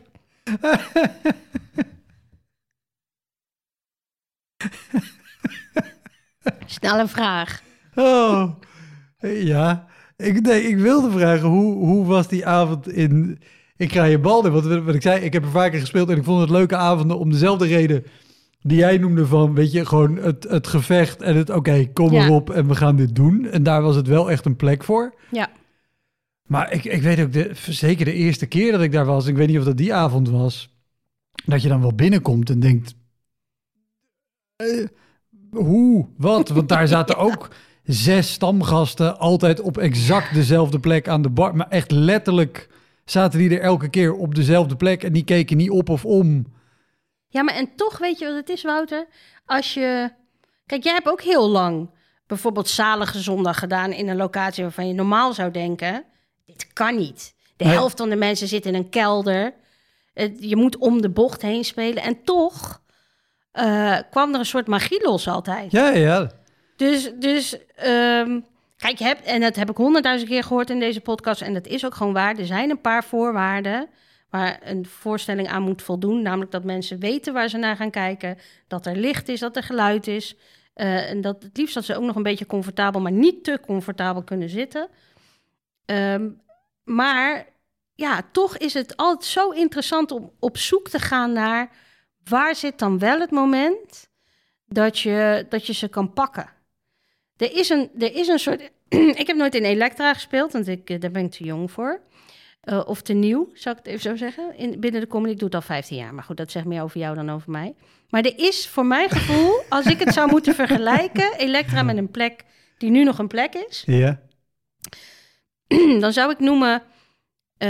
Snel een vraag. Oh, ja. Ik, nee, ik wilde vragen, hoe, hoe was die avond in, in Kraai en Balder? Want wat ik zei, ik heb er vaker gespeeld en ik vond het leuke avonden om dezelfde reden... die jij noemde van, weet je, gewoon het, het gevecht en het, oké, okay, kom ja. erop en we gaan dit doen. En daar was het wel echt een plek voor. Ja. Maar ik, ik weet ook, de, zeker de eerste keer dat ik daar was, ik weet niet of dat die avond was, dat je dan wel binnenkomt en denkt, uh, hoe, wat? Want daar zaten ja. ook zes stamgasten, altijd op exact dezelfde plek aan de bar. Maar echt letterlijk zaten die er elke keer op dezelfde plek en die keken niet op of om. Ja, maar en toch weet je wat het is, Wouter? Als je... Kijk, jij hebt ook heel lang bijvoorbeeld Zalige Zondag gedaan in een locatie waarvan je normaal zou denken, dit kan niet. De nee. helft van de mensen zit in een kelder. Je moet om de bocht heen spelen. En toch uh, kwam er een soort magie los altijd. Ja, ja. Dus, dus um, kijk, je hebt, en dat heb ik honderdduizend keer gehoord in deze podcast, en dat is ook gewoon waar. Er zijn een paar voorwaarden waar een voorstelling aan moet voldoen. Namelijk dat mensen weten waar ze naar gaan kijken. Dat er licht is, dat er geluid is. Uh, en dat het liefst dat ze ook nog een beetje comfortabel, maar niet te comfortabel kunnen zitten. Um, maar ja, toch is het altijd zo interessant om op zoek te gaan naar waar zit dan wel het moment dat je, dat je ze kan pakken. Er is een, er is een soort... ik heb nooit in Elektra gespeeld, want ik, daar ben ik te jong voor. Uh, of te nieuw, zou ik het even zo zeggen. In, binnen de comedy, ik doe het al vijftien jaar. Maar goed, dat zegt meer over jou dan over mij. Maar er is voor mijn gevoel, als ik het zou moeten vergelijken... Elektra met een plek die nu nog een plek is... Ja. Dan zou ik noemen... Uh,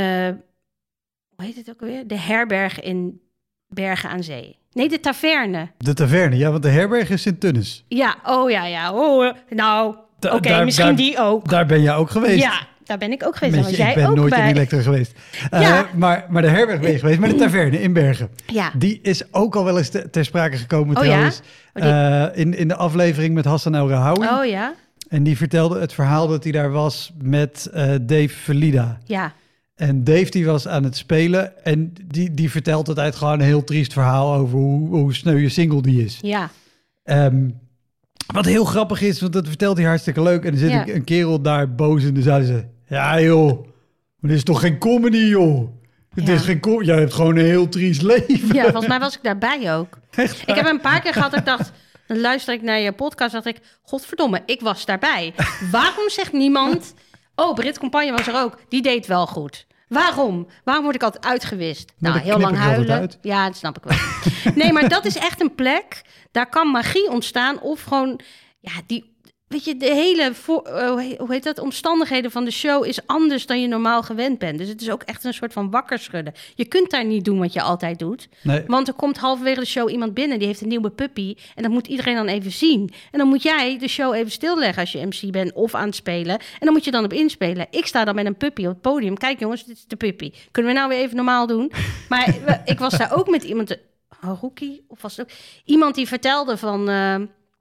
hoe heet het ook alweer? De herberg in Bergen aan Zee. Nee, de taverne. De taverne, ja, want de herberg is in Tunnes. Ja, oh ja, ja. Oh, nou, oké, okay, misschien daar, die ook. Daar ben jij ook geweest. Ja, daar ben ik ook geweest. Met was je, jij ik ben ook nooit bij. in Elektra geweest. Uh, ja. maar, maar de herberg ben je geweest, maar de taverne in Bergen. Ja. Die is ook al wel eens te, ter sprake gekomen oh, trouwens. Ja? Oh, die... uh, in, in de aflevering met Hassan El Rahoui. Oh ja. En die vertelde het verhaal dat hij daar was met uh, Dave Verlida. Ja. En Dave die was aan het spelen en die, die vertelt het uit gewoon een heel triest verhaal over hoe, hoe sneu je single die is. Ja. Um, wat heel grappig is, want dat vertelt hij hartstikke leuk. En dan zit ja. een kerel daar boos in de zaal en zegt... Ja joh, maar dit is toch geen comedy joh? Het ja. is geen comedy. Jij hebt gewoon een heel triest leven. Ja, volgens mij was ik daarbij ook. Echt ik heb een paar keer gehad dat ik dacht... Dan luister ik naar je podcast, dacht ik... Godverdomme, ik was daarbij. Waarom zegt niemand... Oh, Brit Compagne was er ook. Die deed wel goed. Waarom? Waarom word ik altijd uitgewist? Maar nou, heel lang huilen. Ja, dat snap ik wel. Nee, maar dat is echt een plek... Daar kan magie ontstaan of gewoon... Ja, die... Weet je, de hele voor, uh, hoe heet dat, omstandigheden van de show is anders dan je normaal gewend bent. Dus het is ook echt een soort van wakker schudden. Je kunt daar niet doen wat je altijd dout. Nee. Want er komt halverwege de show iemand binnen, die heeft een nieuwe puppy. En dat moet iedereen dan even zien. En dan moet jij de show even stilleggen als je M C bent of aan het spelen. En dan moet je dan op inspelen. Ik sta dan met een puppy op het podium. Kijk jongens, dit is de puppy. Kunnen we nou weer even normaal doen? Maar ik was daar ook met iemand, Haruki, of was het ook iemand die vertelde van... Uh,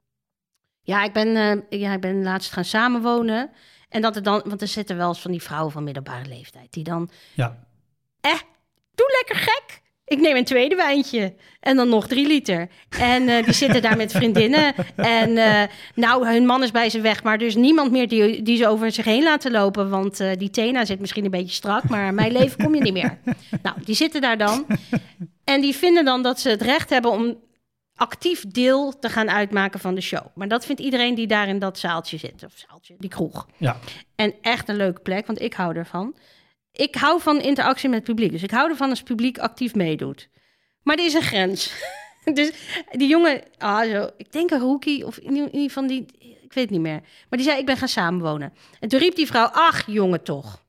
Ja, ik ben, uh, ja, ik ben laatst gaan samenwonen. En dat er dan, want er zitten wel eens van die vrouwen van middelbare leeftijd. Die dan, ja. eh, doe lekker gek. Ik neem een tweede wijntje. En dan nog drie liter. En uh, die zitten daar met vriendinnen. En uh, nou, hun man is bij ze weg. Maar er is niemand meer die, die ze over zich heen laten lopen. Want uh, die Tena zit misschien een beetje strak. Maar mijn leven kom je niet meer. Nou, die zitten daar dan. En die vinden dan dat ze het recht hebben om... actief deel te gaan uitmaken van de show. Maar dat vindt iedereen die daar in dat zaaltje zit. Of zaaltje, die kroeg. Ja. En echt een leuke plek, want ik hou ervan. Ik hou van interactie met het publiek. Dus ik hou ervan als het publiek actief meedoet. Maar er is een grens. Dus die jongen... Ah, zo, ik denk een rookie of in ieder geval die... Ik weet het niet meer. Maar die zei, ik ben gaan samenwonen. En toen riep die vrouw, ach, jongen toch.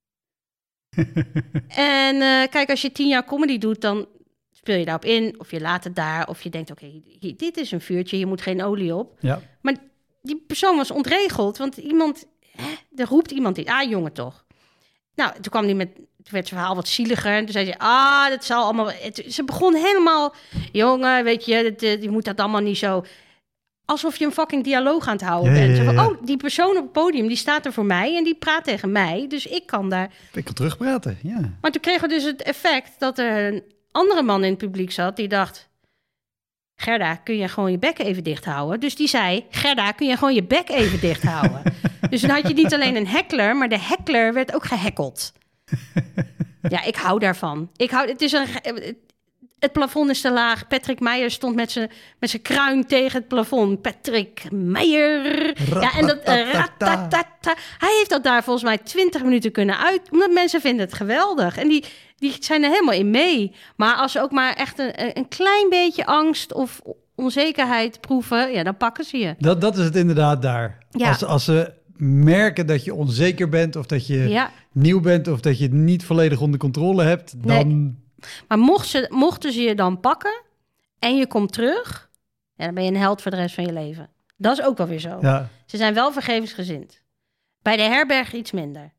En uh, kijk, als je tien jaar comedy doet, dan... speel je daarop in, of je laat het daar... of je denkt, oké, okay, dit is een vuurtje... hier moet geen olie op. Ja. Maar die persoon was ontregeld... want iemand, hè, er roept iemand die... ah, jongen toch. Nou, toen kwam die met... toen werd zijn verhaal wat zieliger... en toen zei ze, ah, dat zal allemaal... Het, ze begon helemaal... jongen, weet je, het, het, je moet dat allemaal niet zo... alsof je een fucking dialoog aan het houden ja, bent. Ja, ja, ja. ja. Van, oh, die persoon op het podium, die staat er voor mij... en die praat tegen mij, dus ik kan daar... Ik kan terugpraten, ja. Maar toen kregen we dus het effect... dat er een andere man in het publiek zat die dacht... Gerda, kun je gewoon je bek even dicht houden? Dus die zei, Gerda, kun je gewoon je bek even dicht houden? Dus dan had je niet alleen een heckler, maar de heckler werd ook gehekkeld. Ja, ik hou daarvan. Ik hou, het, is een, het plafond is te laag. Patrick Meijer stond met zijn, met zijn kruin tegen het plafond. Patrick Meijer. Ja, en dat, uh, ratatata. Hij heeft dat daar volgens mij twintig minuten kunnen uit... omdat mensen vinden het geweldig. En die... Die zijn er helemaal in mee. Maar als ze ook maar echt een, een klein beetje angst of onzekerheid proeven... ja, dan pakken ze je. Dat, dat is het inderdaad daar. Ja. Als, als ze merken dat je onzeker bent... of dat je ja. nieuw bent... of dat je het niet volledig onder controle hebt, dan... Nee. Maar mocht ze, mochten ze je dan pakken en je komt terug... ja, dan ben je een held voor de rest van je leven. Dat is ook wel weer zo. Ja. Ze zijn wel vergevensgezind. Bij de herberg iets minder.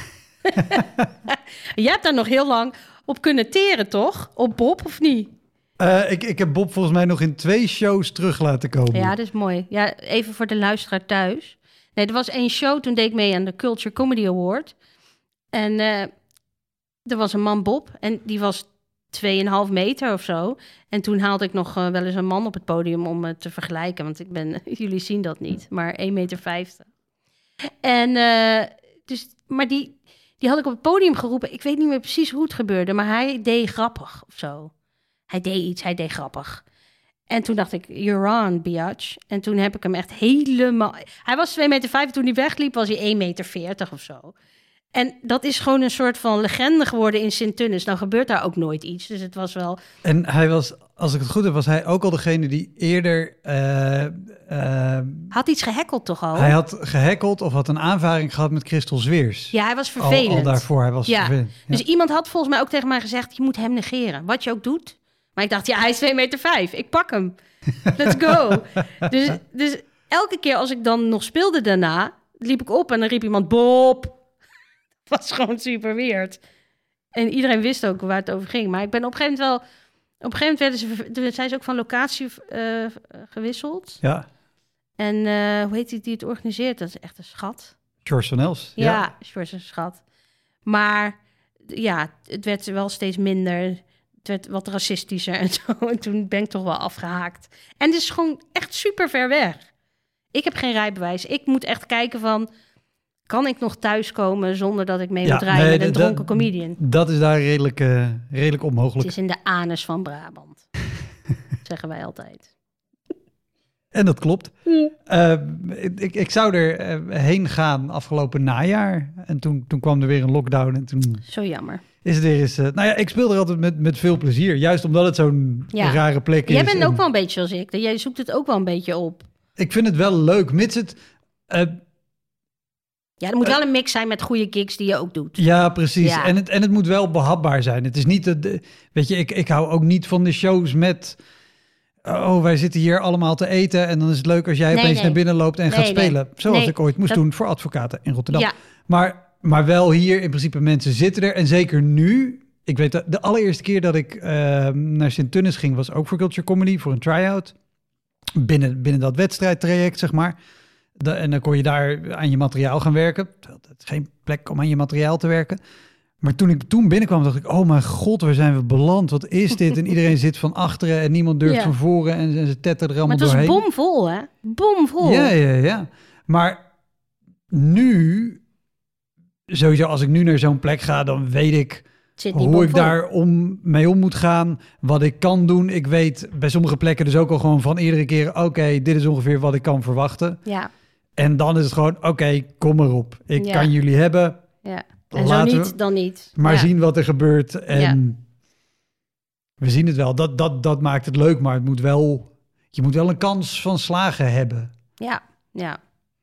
Jij hebt daar nog heel lang op kunnen teren, toch? Op Bob, of niet? Uh, ik, ik heb Bob volgens mij nog in twee shows terug laten komen. Ja, dat is mooi. Ja, even voor de luisteraar thuis. Nee, er was één show, toen deed ik mee aan de Culture Comedy Award. En uh, er was een man, Bob, en die was tweeënhalf meter of zo. En toen haalde ik nog uh, wel eens een man op het podium om uh, te vergelijken. Want ik ben, jullie zien dat niet, maar één meter vijftig. En uh, dus, maar die... Die had ik op het podium geroepen. Ik weet niet meer precies hoe het gebeurde, maar hij deed grappig of zo. Hij deed iets, hij deed grappig. En toen dacht ik, you're on, biatch. En toen heb ik hem echt helemaal... Hij was twee meter vijf, toen hij wegliep was hij één meter veertig of zo. En dat is gewoon een soort van legende geworden in Sint-Tunis. Nou gebeurt daar ook nooit iets, dus het was wel... En hij was, als ik het goed heb, was hij ook al degene die eerder... Uh, uh, had iets gehackeld toch al? Hij had gehackeld of had een aanvaring gehad met Christel Zweers. Ja, hij was vervelend. Al, al daarvoor, hij was ja. vervelend. Ja. Dus iemand had volgens mij ook tegen mij gezegd, je moet hem negeren. Wat je ook doet. Maar ik dacht, ja, hij is twee meter vijf. Ik pak hem. Let's go. dus, dus elke keer als ik dan nog speelde daarna, liep ik op en dan riep iemand, Bob. Dat was gewoon super weird. En iedereen wist ook waar het over ging. Maar ik ben op een gegeven moment wel... Op een gegeven moment werden ze, zijn ze ook van locatie uh, gewisseld. Ja. En uh, hoe heet die die het organiseert? Dat is echt een schat. George van Els. Ja, ja. George is een schat. Maar ja, het werd wel steeds minder. Het werd wat racistischer en zo. En toen ben ik toch wel afgehaakt. En het is gewoon echt super ver weg. Ik heb geen rijbewijs. Ik moet echt kijken van... Kan ik nog thuiskomen zonder dat ik mee ja, moet rijden nee, met een dronken dat, comedian? Dat is daar redelijk, uh, redelijk onmogelijk. Het is in de anus van Brabant. Zeggen wij altijd. En dat klopt. Ja. Uh, ik, ik zou er uh, heen gaan afgelopen najaar. En toen, toen kwam er weer een lockdown. En toen Zo jammer. Is het weer eens... Uh, nou ja, ik speel er altijd met, met veel plezier. Juist omdat het zo'n ja. rare plek is. Jij bent en... ook wel een beetje zoals ik. Jij zoekt het ook wel een beetje op. Ik vind het wel leuk, mits het... Uh, Ja, er moet wel een mix zijn met goede gigs die je ook doet. Ja, precies. Ja. En, het, en het moet wel behapbaar zijn. Het is niet... De, de, weet je, ik, ik hou ook niet van de shows met... Oh, wij zitten hier allemaal te eten... en dan is het leuk als jij nee, opeens nee. naar binnen loopt en nee, gaat spelen. Nee. Zoals nee, ik ooit moest dat... doen voor advocaten in Rotterdam. Ja. Maar, maar wel hier, in principe, mensen zitten er. En zeker nu... Ik weet, de allereerste keer dat ik uh, naar Sint-Tunis ging... was ook voor Culture Comedy, voor een try-out. Binnen, binnen dat wedstrijdtraject, zeg maar... De, en dan kon je daar aan je materiaal gaan werken. Het is geen plek om aan je materiaal te werken. Maar toen ik toen binnenkwam, dacht ik... oh mijn god, waar zijn we beland? Wat is dit? En iedereen zit van achteren en niemand durft ja. van voren... en, en ze tetteren er allemaal doorheen. Maar het was bomvol, hè? Bomvol. Ja, ja, ja. Maar nu... sowieso, als ik nu naar zo'n plek ga... dan weet ik hoe bomvol. Ik daar om, mee om moet gaan. Wat ik kan doen. Ik weet bij sommige plekken dus ook al gewoon van iedere keer... oké, okay, dit is ongeveer wat ik kan verwachten. Ja. En dan is het gewoon, oké, okay, kom erop. Ik ja. kan jullie hebben. Ja. En zo niet, dan niet. Maar ja. zien wat er gebeurt. En ja. we zien het wel. Dat, dat, dat maakt het leuk, maar het moet wel, je moet wel een kans van slagen hebben. Ja, ja.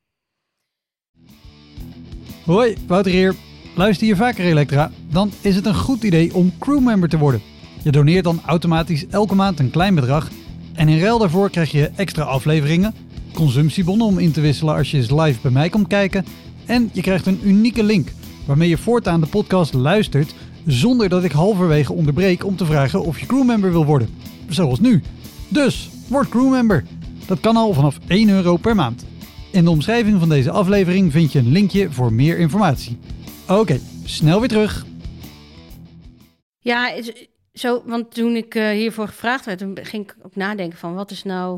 Hoi, Wouter hier. Luister je vaker Elektra? Dan is het een goed idee om crewmember te worden. Je doneert dan automatisch elke maand een klein bedrag. En in ruil daarvoor krijg je extra afleveringen... consumptiebonnen om in te wisselen als je eens live bij mij komt kijken. En je krijgt een unieke link waarmee je voortaan de podcast luistert zonder dat ik halverwege onderbreek om te vragen of je crewmember wil worden. Zoals nu. Dus, word crewmember. Dat kan al vanaf één euro per maand. In de omschrijving van deze aflevering vind je een linkje voor meer informatie. Oké, okay, snel weer terug. Ja, zo, want toen ik uh, hiervoor gevraagd werd, toen ging ik ook nadenken van wat is nou...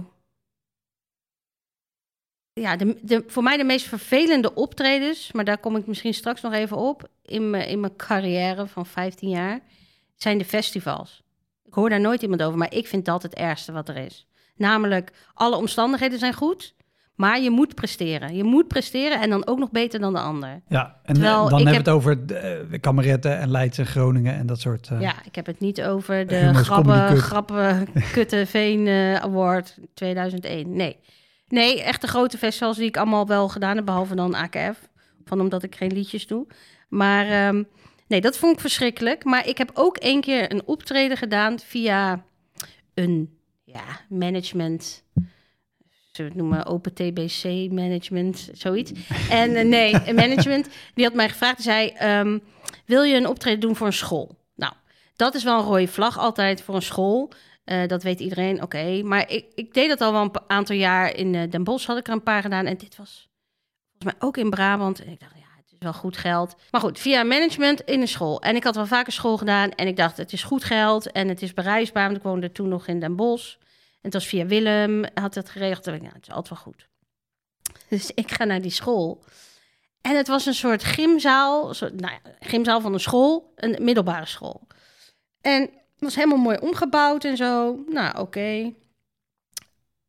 Ja, de, de, voor mij de meest vervelende optredens, maar daar kom ik misschien straks nog even op, in mijn, in mijn carrière van vijftien jaar, zijn de festivals. Ik hoor daar nooit iemand over, maar ik vind dat het ergste wat er is. Namelijk, alle omstandigheden zijn goed, maar je moet presteren. Je moet presteren en dan ook nog beter dan de ander. Ja, en Terwijl dan hebben we heb... het over de, uh, Kameretten en Leids en Groningen en dat soort... Uh, ja, ik heb het niet over de grappen, grappen Kutte Veen uh, Award tweeduizend één. Nee. Nee, echt de grote festivals die ik allemaal wel gedaan heb, behalve dan A K F. Van omdat ik geen liedjes doe. Maar um, nee, dat vond ik verschrikkelijk. Maar ik heb ook één keer een optreden gedaan via een ja, management... Zullen we het noemen Open T B C management, zoiets. En uh, nee, een management, die had mij gevraagd, die zei... Um, wil je een optreden doen voor een school? Nou, dat is wel een rode vlag altijd voor een school... Uh, dat weet iedereen, oké. Okay. Maar ik, ik deed dat al wel een aantal jaar. In uh, Den Bosch had ik er een paar gedaan. En dit was volgens mij ook in Brabant. En ik dacht, ja, het is wel goed geld. Maar goed, via management in een school. En ik had wel vaker school gedaan. En ik dacht, het is goed geld. En het is bereisbaar. Want ik woonde toen nog in Den Bosch. En het was via Willem. Had het geregeld. En ik dacht, ja, het is altijd wel goed. Dus ik ga naar die school. En het was een soort gymzaal. Soort, nou ja, gymzaal van een school. Een middelbare school. En... Het was helemaal mooi omgebouwd en zo. Nou, oké. Okay.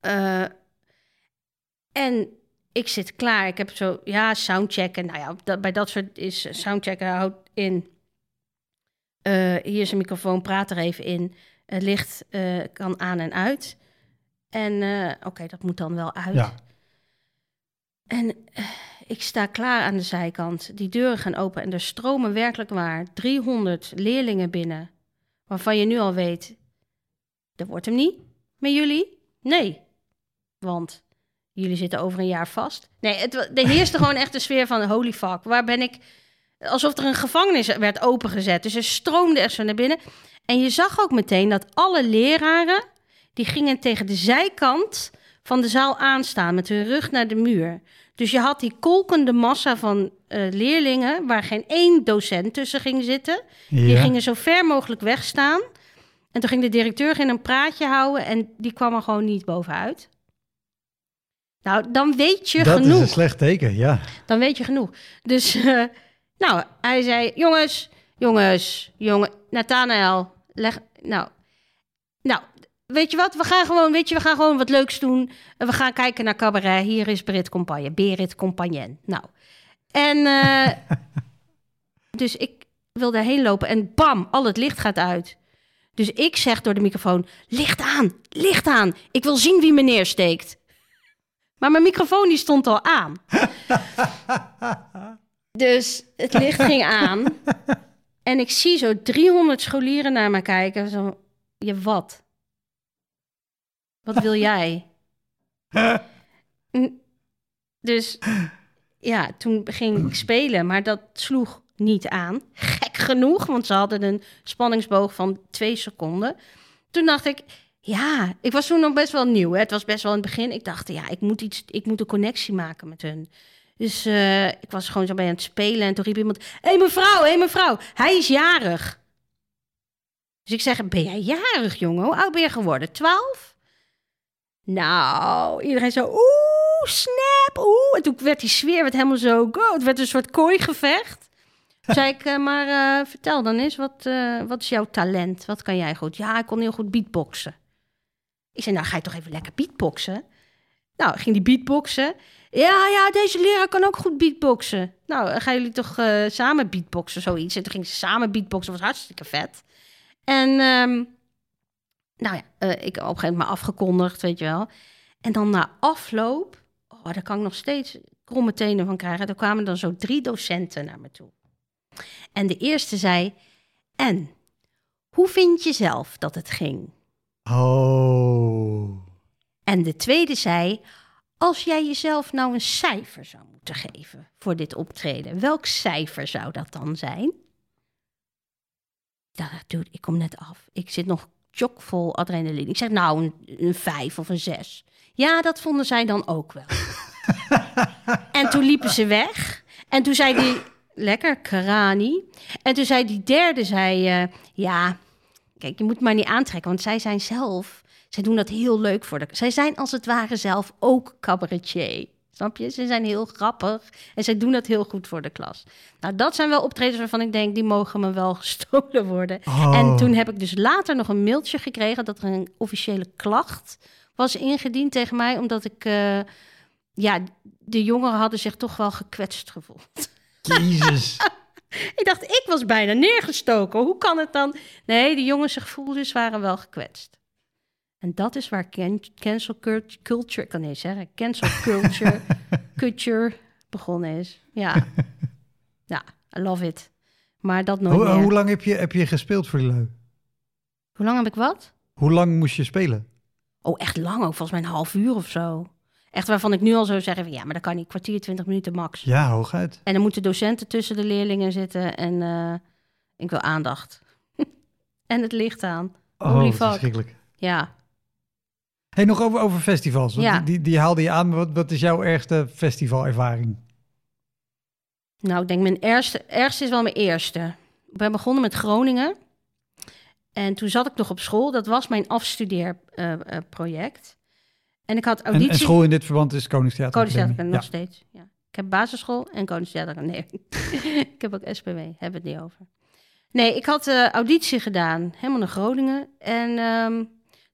Uh, en ik zit klaar. Ik heb zo, ja, soundchecken. Nou ja, dat, bij dat soort is soundchecken houdt in. Uh, hier is een microfoon, praat er even in. Het licht uh, kan aan en uit. En uh, oké, okay, dat moet dan wel uit. Ja. En uh, ik sta klaar aan de zijkant. Die deuren gaan open en er stromen werkelijk waar driehonderd leerlingen binnen. Waarvan je nu al weet, dat wordt hem niet met jullie. Nee, want jullie zitten over een jaar vast. Nee, het, er heerste gewoon echt de sfeer van holy fuck. Waar ben ik? Alsof er een gevangenis werd opengezet. Dus er stroomde echt zo naar binnen. En je zag ook meteen dat alle leraren, die gingen tegen de zijkant van de zaal aanstaan met hun rug naar de muur. Dus je had die kolkende massa van uh, leerlingen waar geen één docent tussen ging zitten. Ja. Die gingen zo ver mogelijk wegstaan. En toen ging de directeur in een praatje houden en die kwam er gewoon niet bovenuit. Nou, dan weet je dat genoeg. Dat is een slecht teken, ja. Dan weet je genoeg. Dus, uh, nou, hij zei, jongens, jongens, jongen, Nathanael, leg, nou, nou, weet je wat, we gaan gewoon, weet je, we gaan gewoon wat leuks doen. We gaan kijken naar cabaret. Hier is Berit Compagne, Berit Compagnen. Nou, en uh, dus ik wil daarheen lopen en bam, al het licht gaat uit. Dus ik zeg door de microfoon, licht aan, licht aan. Ik wil zien wie meneer steekt. Maar mijn microfoon die stond al aan. Dus het licht ging aan. En ik zie zo driehonderd scholieren naar me kijken. Zo, je wat? Wat wil jij? Dus ja, toen ging ik spelen, maar dat sloeg niet aan. Gek genoeg, want ze hadden een spanningsboog van twee seconden. Toen dacht ik, ja, ik was toen nog best wel nieuw. Hè? Het was best wel in het begin. Ik dacht, ja, ik moet iets, ik moet een connectie maken met hun. Dus uh, ik was gewoon zo bij aan het spelen en toen riep iemand, hé hey, mevrouw, hé hey, mevrouw, hij is jarig. Dus ik zeg, ben jij jarig, jongen? Hoe oud ben je geworden? twaalf? Nou, iedereen zo, oeh, snap, oeh. En toen werd die sfeer werd helemaal zo, go. Het werd een soort kooigevecht. Toen zei ik, uh, maar uh, vertel dan eens, wat, uh, wat is jouw talent? Wat kan jij goed? Ja, ik kon heel goed beatboxen. Ik zei, nou ga je toch even lekker beatboxen? Nou, ging die beatboxen. Ja, ja, deze leraar kan ook goed beatboxen. Nou, gaan jullie toch uh, samen beatboxen, zoiets. En toen gingen ze samen beatboxen, was hartstikke vet. En, um, nou ja, uh, ik heb op een gegeven moment maar afgekondigd, weet je wel. En dan na afloop, oh, daar kan ik nog steeds kromme tenen van krijgen. Er kwamen dan zo drie docenten naar me toe. En de eerste zei, en, hoe vind je zelf dat het ging? Oh. En de tweede zei, als jij jezelf nou een cijfer zou moeten geven voor dit optreden, welk cijfer zou dat dan zijn? Ja, dude, ik kom net af. Ik zit nog chockvol adrenaline. Ik zeg, nou, een, een vijf of een zes. Ja, dat vonden zij dan ook wel. En toen liepen ze weg. En toen zei die, lekker, karani. En toen zei die derde, zei, uh, ja, kijk, je moet maar niet aantrekken, want zij zijn zelf, zij doen dat heel leuk voor de, zij zijn als het ware zelf ook cabaretier. Snap je? Ze zijn heel grappig en zij doen dat heel goed voor de klas. Nou, dat zijn wel optredens waarvan ik denk, die mogen me wel gestolen worden. Oh. En toen heb ik dus later nog een mailtje gekregen dat er een officiële klacht was ingediend tegen mij, omdat ik, uh, ja, de jongeren hadden zich toch wel gekwetst gevoeld. Jezus. Ik dacht, ik was bijna neergestoken. Hoe kan het dan? Nee, de jongens zich voelden, waren wel gekwetst. En dat is waar can- cancel culture, ik kan niet zeggen, cancel culture, culture begonnen is. Ja, ja, I love it. Maar dat nooit Hoe, meer. hoe lang heb je, heb je gespeeld voor die lui? Hoe lang heb ik wat? Hoe lang moest je spelen? Oh, echt lang ook, volgens mij een half uur of zo. Echt waarvan ik nu al zou zeggen, ja, maar dat kan niet, kwartier, twintig minuten max. Ja, hooguit. En dan moeten docenten tussen de leerlingen zitten en uh, ik wil aandacht. En het licht aan. Oh, Holy wat fuck. verschrikkelijk. Ja. Hey, nog over, over festivals. Want Ja. die, die, die haalde je aan. Wat, wat is jouw ergste festivalervaring? Nou, ik denk mijn ergste, ergste is wel mijn eerste. Ik ben begonnen met Groningen. En toen zat ik nog op school. Dat was mijn afstudeerproject. Uh, uh, en ik had auditie... En, en school in dit verband is Koningstheater Koningstheater Academie. nog Ja. steeds, ja. Ik heb basisschool en Koningstheater. Nee, ik heb ook S P W. Hebben we het niet over. Nee, ik had uh, auditie gedaan. Helemaal naar Groningen. En um,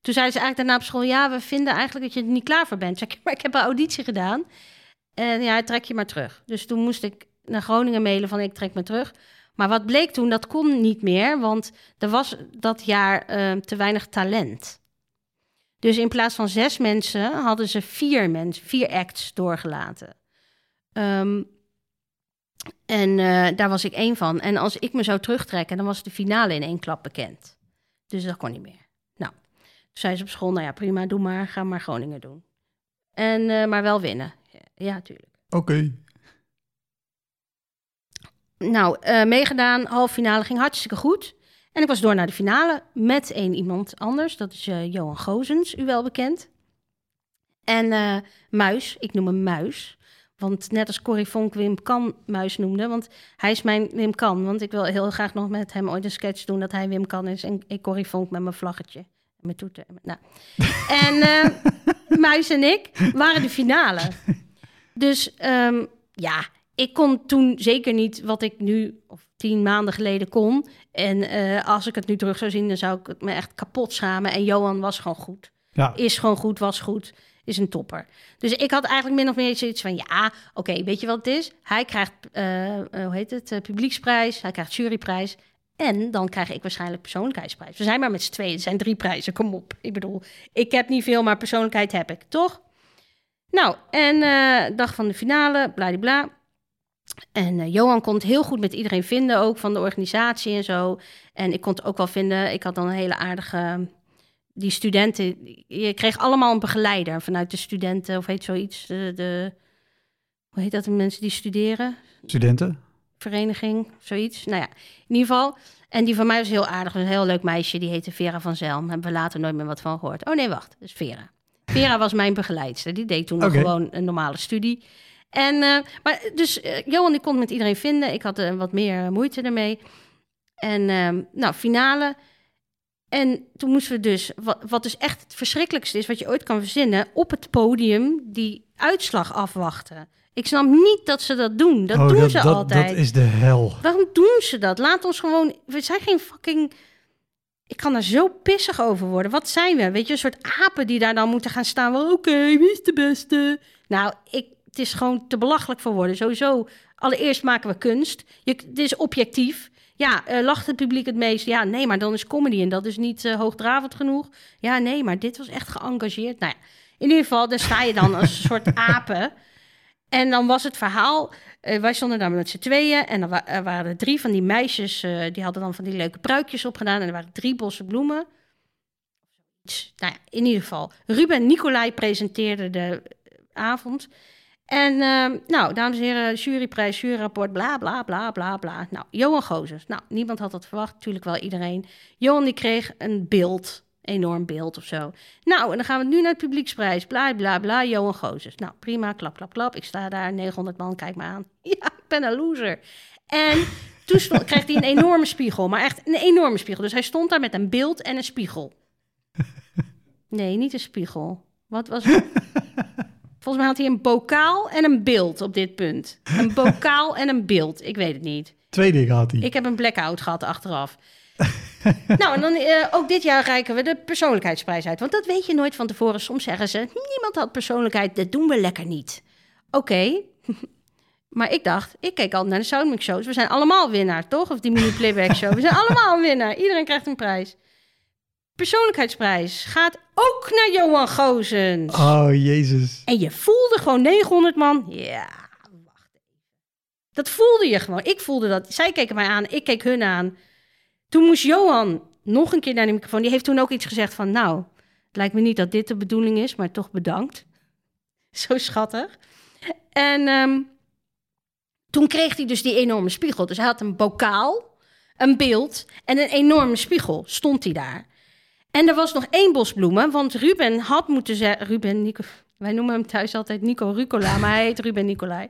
Toen zeiden ze eigenlijk daarna op school... ja, we vinden eigenlijk dat je er niet klaar voor bent. Zeg ik, maar ik heb een auditie gedaan. En ja, trek je maar terug. Dus toen moest ik naar Groningen mailen van ik trek me terug. Maar wat bleek toen, dat kon niet meer. Want er was dat jaar uh, te weinig talent. Dus in plaats van zes mensen hadden ze vier mensen, vier acts doorgelaten. Um, en uh, daar was ik één van. En als ik me zou terugtrekken, dan was de finale in één klap bekend. Dus dat kon niet meer. Nou, toen zei ze op school, nou ja, prima, doe maar, ga maar Groningen doen. En, uh, maar wel winnen. Ja, tuurlijk. Oké. Okay. Nou, uh, meegedaan, halve finale ging hartstikke goed. En ik was door naar de finale met één iemand anders. Dat is uh, Johan Gozens, u wel bekend. En uh, Muis, ik noem hem Muis. Want net als Corrie Vonk Wim Kan Muis noemde. Want hij is mijn Wim Kan. Want ik wil heel graag nog met hem ooit een sketch doen... dat hij Wim Kan is en ik Corrie Vonk met mijn vlaggetje. En mijn toeter. Nou. En uh, Muis en ik waren de finale. Dus um, ja, ik kon toen zeker niet wat ik nu... of tien maanden geleden kon. En uh, als ik het nu terug zou zien... dan zou ik het me echt kapot schamen. En Johan was gewoon goed. Ja. Is gewoon goed, was goed... is een topper. Dus ik had eigenlijk min of meer zoiets van... ja, oké, okay, weet je wat het is? Hij krijgt, uh, uh, hoe heet het, uh, publieksprijs. Hij krijgt juryprijs. En dan krijg ik waarschijnlijk persoonlijkheidsprijs. We zijn maar met z'n tweeën. Het zijn drie prijzen, kom op. Ik bedoel, ik heb niet veel, maar persoonlijkheid heb ik, toch? Nou, en uh, dag van de finale, bladibla. En uh, Johan kon het heel goed met iedereen vinden... ook van de organisatie en zo. En ik kon het ook wel vinden... ik had dan een hele aardige... Die studenten, je kreeg allemaal een begeleider vanuit de studenten, of heet zoiets, de, de hoe heet dat, de mensen die studeren? Studenten? Vereniging, zoiets. Nou ja, in ieder geval. En die van mij was heel aardig, een heel leuk meisje, die heette Vera van Zelm. Hebben we later nooit meer wat van gehoord. Oh nee, wacht, dat is Vera. Vera was mijn begeleidster, die deed toen nog okay. gewoon een normale studie. En, uh, maar dus uh, Johan, die kon met iedereen vinden. Ik had uh, wat meer moeite ermee. En uh, nou, finale... En toen moesten we dus, wat, wat dus echt het verschrikkelijkste is... wat je ooit kan verzinnen, op het podium die uitslag afwachten. Ik snap niet dat ze dat doen. Dat oh, doen dat, ze dat, altijd. Dat is de hel. Waarom doen ze dat? Laat ons gewoon... We zijn geen fucking... Ik kan daar zo pissig over worden. Wat zijn we? Weet je, een soort apen die daar dan moeten gaan staan. Oké, okay, wie is de beste? Nou, ik, het is gewoon te belachelijk voor woorden. Sowieso, allereerst maken we kunst. Je, het is objectief... Ja, uh, lacht het publiek het meest? Ja, nee, maar dan is comedy en dat is niet uh, hoogdravend genoeg. Ja, nee, maar dit was echt geëngageerd. Nou ja, in ieder geval, daar sta je dan als een soort apen. En dan was het verhaal, uh, wij stonden daar met z'n tweeën... en er wa- er waren er drie van die meisjes, uh, die hadden dan van die leuke pruikjes opgedaan... en er waren drie bossen bloemen. Nou ja, in ieder geval, Ruben Nicolai presenteerde de avond... En uh, nou, dames en heren, juryprijs, juryrapport, bla, bla, bla, bla, bla. Nou, Johan Gozens. Nou, niemand had dat verwacht, natuurlijk wel iedereen. Johan die kreeg een beeld, enorm beeld of zo. Nou, en dan gaan we nu naar het publieksprijs, bla, bla, bla, Johan Gozens. Nou, prima, klap, klap, klap. Ik sta daar, negenhonderd man, kijk me aan. Ja, ik ben een loser. En toen stond, kreeg hij een enorme spiegel, maar echt een enorme spiegel. Dus hij stond daar met een beeld en een spiegel. Nee, niet een spiegel. Wat was het? Volgens mij had hij een bokaal en een beeld op dit punt. Een bokaal en een beeld. Ik weet het niet. Twee dingen had hij. Ik heb een blackout gehad achteraf. Nou, en dan uh, ook dit jaar reiken we de persoonlijkheidsprijs uit. Want dat weet je nooit van tevoren. Soms zeggen ze, niemand had persoonlijkheid, dat doen we lekker niet. Oké. Okay. Maar ik dacht, ik keek altijd naar de Soundmix shows. We zijn allemaal winnaar, toch? Of die mini-playback show. We zijn allemaal winnaar. Iedereen krijgt een prijs. Persoonlijkheidsprijs gaat ook naar Johan Gozens. Oh, Jezus. En je voelde gewoon negenhonderd man. Ja, wacht even. Dat voelde je gewoon. Ik voelde dat. Zij keken mij aan, ik keek hun aan. Toen moest Johan nog een keer naar de microfoon. Die heeft toen ook iets gezegd van... nou, het lijkt me niet dat dit de bedoeling is, maar toch bedankt. Zo schattig. En um, toen kreeg hij dus die enorme spiegel. Dus hij had een bokaal, een beeld en een enorme spiegel. Stond hij daar. En er was nog één bos bloemen, want Ruben had moeten zeggen... Ruben, Nico, wij noemen hem thuis altijd Nico Rucola, maar hij heet Ruben Nicolai.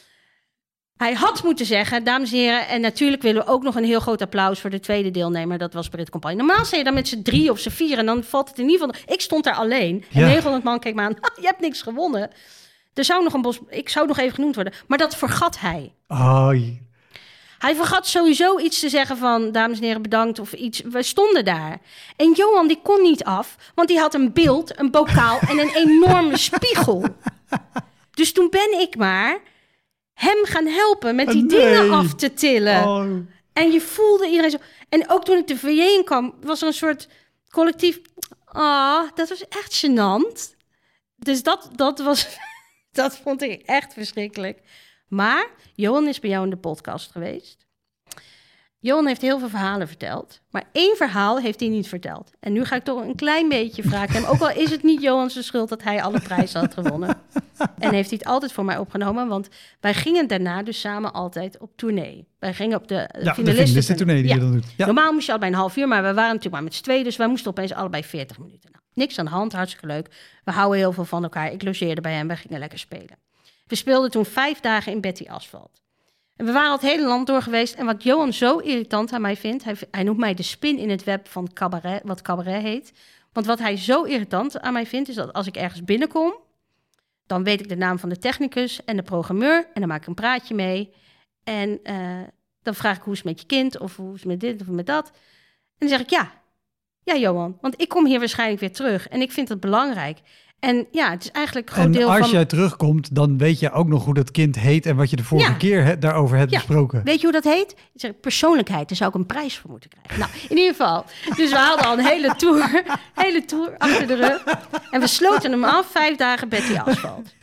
Hij had moeten zeggen, dames en heren... en natuurlijk willen we ook nog een heel groot applaus... voor de tweede deelnemer, dat was Brit Compagnie. Normaal sta je dan met z'n drie of z'n vier... en dan valt het in ieder geval... Ik stond daar alleen en ja. negenhonderd man keek me aan... je hebt niks gewonnen. Er zou nog een bos... Ik zou nog even genoemd worden, maar dat vergat hij. Oh. Hij vergat sowieso iets te zeggen van... dames en heren, bedankt of iets. We stonden daar. En Johan die kon niet af, want die had een beeld, een bokaal... en een enorme spiegel. Dus toen ben ik maar hem gaan helpen met die nee. dingen af te tillen. Oh. En je voelde iedereen zo... En ook toen ik de V J in kwam, was er een soort collectief... Ah, dat was echt gênant. Dus dat, dat was... dat vond ik echt verschrikkelijk. Maar Johan is bij jou in de podcast geweest. Johan heeft heel veel verhalen verteld. Maar één verhaal heeft hij niet verteld. En nu ga ik toch een klein beetje vragen hem. Ook al is het niet Johans schuld dat hij alle prijzen had gewonnen. En heeft hij het altijd voor mij opgenomen. Want wij gingen daarna dus samen altijd op tournee. Wij gingen op de Ja, finalisten. de finalistentournee die ja. je dan doet. Ja. Normaal moest je al bij een half uur, maar we waren natuurlijk maar met z'n tweeën. Dus wij moesten opeens allebei veertig minuten. Nou, niks aan de hand, hartstikke leuk. We houden heel veel van elkaar. Ik logeerde bij hem, wij gingen lekker spelen. We speelden toen vijf dagen in Betty Asphalt. En we waren al het hele land door geweest. En wat Johan zo irritant aan mij vindt... Hij, hij noemt mij de spin in het web van cabaret, wat cabaret heet. Want wat hij zo irritant aan mij vindt... is dat als ik ergens binnenkom... dan weet ik de naam van de technicus en de programmeur... en dan maak ik een praatje mee. En uh, dan vraag ik hoe is het met je kind... of hoe is het met dit of met dat. En dan zeg ik ja. Ja, Johan. Want ik kom hier waarschijnlijk weer terug. En ik vind het belangrijk... En ja, het is eigenlijk een groot en deel als van... jij terugkomt, dan weet je ook nog hoe dat kind heet... en wat je de vorige Ja. keer he- daarover hebt Ja. besproken. Weet je hoe dat heet? Ik zeg, persoonlijkheid. Daar zou ik een prijs voor moeten krijgen. Nou, in ieder geval. Dus we hadden al een hele tour, hele tour achter de rug. En we sloten hem af, vijf dagen Betty Asphalt.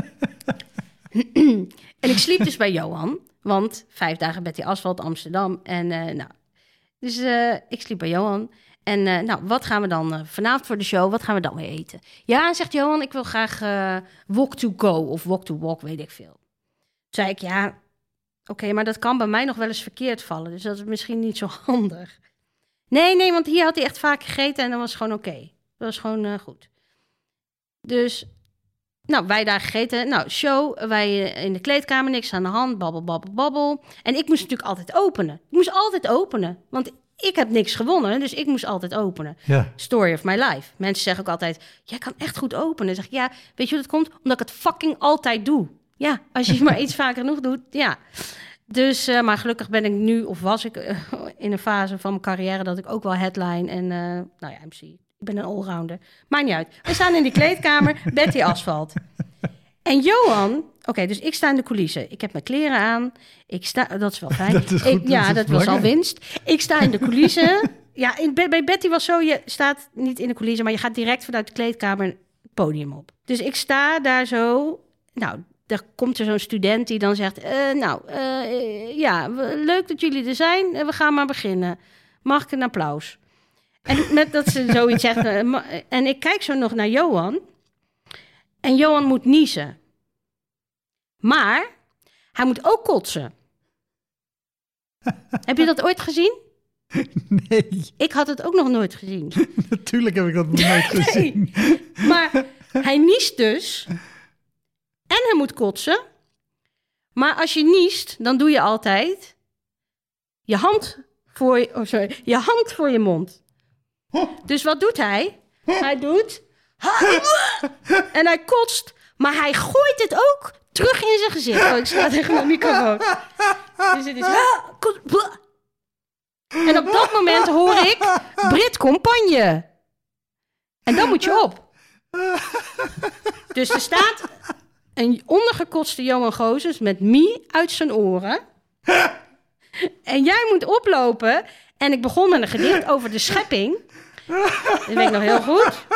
En ik sliep dus bij Johan. Want vijf dagen Betty Asphalt, Amsterdam. En uh, nou, dus uh, ik sliep bij Johan. En uh, nou, wat gaan we dan uh, vanavond voor de show? Wat gaan we dan weer eten? Ja, zegt Johan, ik wil graag uh, walk to go of walk to walk, weet ik veel. Toen zei ik, ja, oké, okay, maar dat kan bij mij nog wel eens verkeerd vallen. Dus dat is misschien niet zo handig. Nee, nee, want hier had hij echt vaak gegeten en dat was gewoon oké. Okay. Dat was gewoon uh, goed. Dus, nou, wij daar gegeten. Nou, show, wij uh, in de kleedkamer, niks aan de hand, babbel, babbel, babbel. En ik moest natuurlijk altijd openen. Ik moest altijd openen, want... Ik heb niks gewonnen, dus ik moest altijd openen. Ja. Story of my life. Mensen zeggen ook altijd, jij kan echt goed openen. Dan zeg ik, ja, weet je hoe dat komt? Omdat ik het fucking altijd doe. Ja, als je maar iets vaker genoeg doet, ja. Dus, uh, maar gelukkig ben ik nu, of was ik uh, in een fase van mijn carrière... dat ik ook wel headline en, uh, nou ja, M C. Ik ben een allrounder. Maakt niet uit. We staan in die kleedkamer, Betty Asphalt. En Johan... Oké, okay, dus ik sta in de coulissen. Ik heb mijn kleren aan. Ik sta, dat is wel fijn. Dat is goed, ik, ja, dat, dat was al winst. Ik sta in de coulissen. Ja, in, bij Betty was zo, je staat niet in de coulissen... maar je gaat direct vanuit de kleedkamer het podium op. Dus ik sta daar zo... Nou, er komt er zo'n student die dan zegt... Uh, nou, uh, ja, leuk dat jullie er zijn. We gaan maar beginnen. Mag ik een applaus? En met dat ze zoiets zegt... Uh, en ik kijk zo nog naar Johan. En Johan moet niezen. Maar hij moet ook kotsen. Heb je dat ooit gezien? Nee. Ik had het ook nog nooit gezien. Natuurlijk heb ik dat nog nooit gezien. Nee. Maar hij niest dus. En hij moet kotsen. Maar als je niest, dan doe je altijd je hand voor je, oh sorry, je hand voor je mond. Dus wat doet hij? Hij doet... En hij kotst, maar hij gooit het ook... terug in zijn gezicht. Oh, ik sta tegen mijn microfoon. Dus het is... En op dat moment hoor ik... Brit Compagne. En dan moet je op. Dus er staat... een ondergekotste Johan Gozes... met Mie uit zijn oren. En jij moet oplopen. En ik begon met een gedicht over de schepping. Dat weet ik nog heel goed.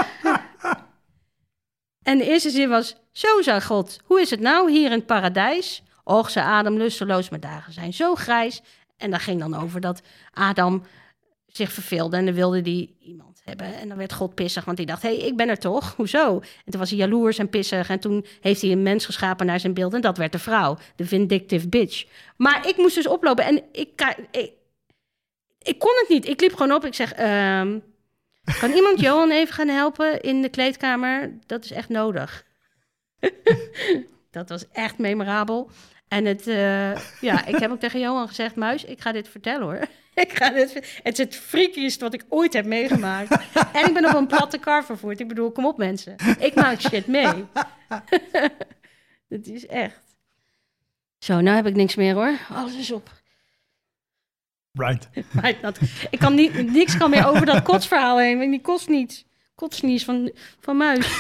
En de eerste zin was... Zo, zei God, hoe is het nou hier in het paradijs? Och, ze adem lusteloos, mijn dagen zijn zo grijs. En dat ging dan over dat Adam zich verveelde... en dan wilde hij iemand hebben. En dan werd God pissig, want hij dacht... hé, hey, ik ben er toch? Hoezo? En toen was hij jaloers en pissig... en toen heeft hij een mens geschapen naar zijn beeld... en dat werd de vrouw, de vindictive bitch. Maar ik moest dus oplopen en ik, ik, ik kon het niet. Ik liep gewoon op, ik zeg... Um, kan iemand Johan even gaan helpen in de kleedkamer? Dat is echt nodig. Dat was echt memorabel. En het, uh, ja, ik heb ook tegen Johan gezegd... Muis, ik ga dit vertellen hoor. ik ga dit, het is het freakiest wat ik ooit heb meegemaakt. En ik ben op een platte kar vervoerd. Ik bedoel, kom op mensen. Ik maak shit mee. Dat is echt... Zo, nou heb ik niks meer hoor. Alles is op. Right. Maar dat, ik kan niet, niks kan meer over dat kotsverhaal heen. Want die kost niets. Kotsnies van, van muis.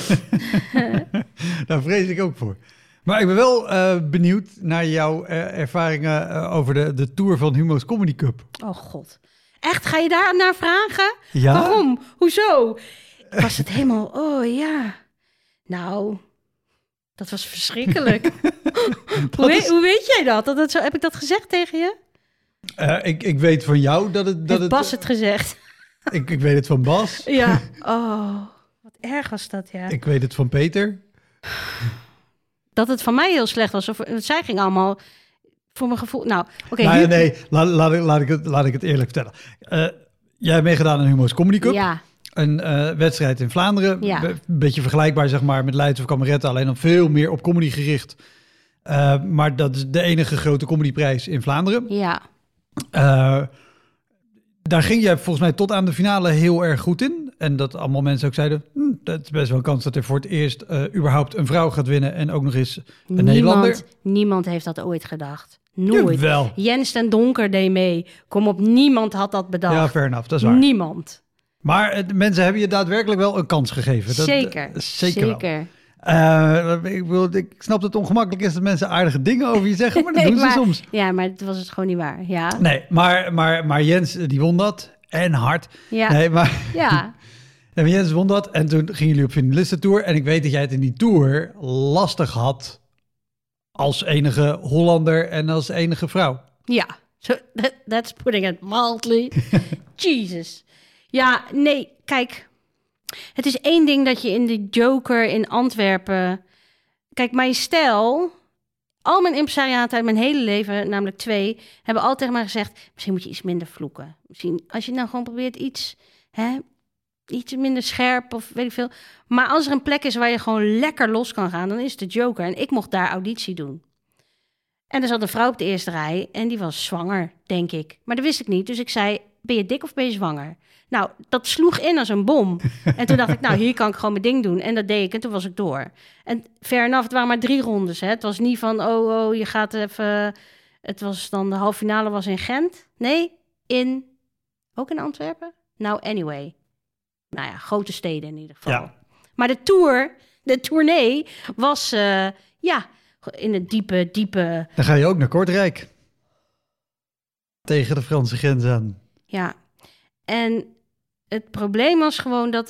Daar vrees ik ook voor. Maar ik ben wel uh, benieuwd naar jouw uh, ervaringen uh, over de, de tour van Humo's Comedy Cup. Oh god. Echt, ga je daar naar vragen? Ja? Waarom? Hoezo? Was het helemaal... Oh ja. Nou, dat was verschrikkelijk. dat hoe, is... weet, hoe weet jij dat? dat, dat zo, heb ik dat gezegd tegen je? Uh, ik, ik weet van jou dat het... Dat Heeft het Bas het gezegd? ik, ik weet het van Bas. Ja. Oh, wat erg was dat, ja. Ik weet het van Peter. Dat het van mij heel slecht was. Of, zij ging allemaal voor mijn gevoel... Nou, oké. Okay, nou, hu- nee, laat, laat, ik, laat, ik het, laat ik het eerlijk vertellen. Uh, jij hebt meegedaan aan Humo's Comedy Cup. Ja. Een uh, wedstrijd in Vlaanderen. Ja. Een beetje vergelijkbaar, zeg maar, met Leids of Kameretten. Alleen dan veel meer op comedy gericht. Uh, maar dat is de enige grote comedyprijs in Vlaanderen. Ja. Uh, daar ging jij volgens mij tot aan de finale heel erg goed in. En dat allemaal mensen ook zeiden... Hm, dat is best wel een kans dat er voor het eerst uh, überhaupt een vrouw gaat winnen. En ook nog eens een niemand, Nederlander. Niemand heeft dat ooit gedacht. Nooit. Jawel. Jens ten Donker deed mee. Kom op, niemand had dat bedacht. Ja, fair enough, dat is waar. Niemand. Maar uh, mensen hebben je daadwerkelijk wel een kans gegeven. Dat, zeker. Uh, zeker. zeker. Uh, ik, wil, ik snap dat het ongemakkelijk is dat mensen aardige dingen over je zeggen, maar dat nee, doen maar, ze soms. Ja, maar het was het gewoon niet waar. Ja. Nee, maar, maar, maar Jens, die won dat. En hard. Ja. Nee, maar, ja. en Jens won dat. En toen gingen jullie op finalistentour. En ik weet dat jij het in die tour lastig had als enige Hollander en als enige vrouw. Ja, so that, that's putting it mildly. Jesus. Ja, nee, kijk. Het is één ding dat je in de Joker in Antwerpen... Kijk, mijn stijl... Al mijn impresariaten uit mijn hele leven, namelijk twee... hebben altijd tegen mij gezegd... misschien moet je iets minder vloeken. Misschien als je nou gewoon probeert iets... Hè, iets minder scherp of weet ik veel. Maar als er een plek is waar je gewoon lekker los kan gaan... dan is het de Joker. En ik mocht daar auditie doen. En er zat een vrouw op de eerste rij... en die was zwanger, denk ik. Maar dat wist ik niet. Dus ik zei, ben je dik of ben je zwanger? Nou, dat sloeg in als een bom. En toen dacht ik, nou, hier kan ik gewoon mijn ding doen. En dat deed ik en toen was ik door. En fair enough, het waren maar drie rondes. Hè. Het was niet van, oh, oh, je gaat even... Het was dan, de halve finale was in Gent. Nee, in... Ook in Antwerpen? Nou, anyway. Nou ja, grote steden in ieder geval. Ja. Maar de tour, de tournee was, uh, ja, in het diepe, diepe... Dan ga je ook naar Kortrijk. Tegen de Franse grens aan. Ja, en het probleem was gewoon dat...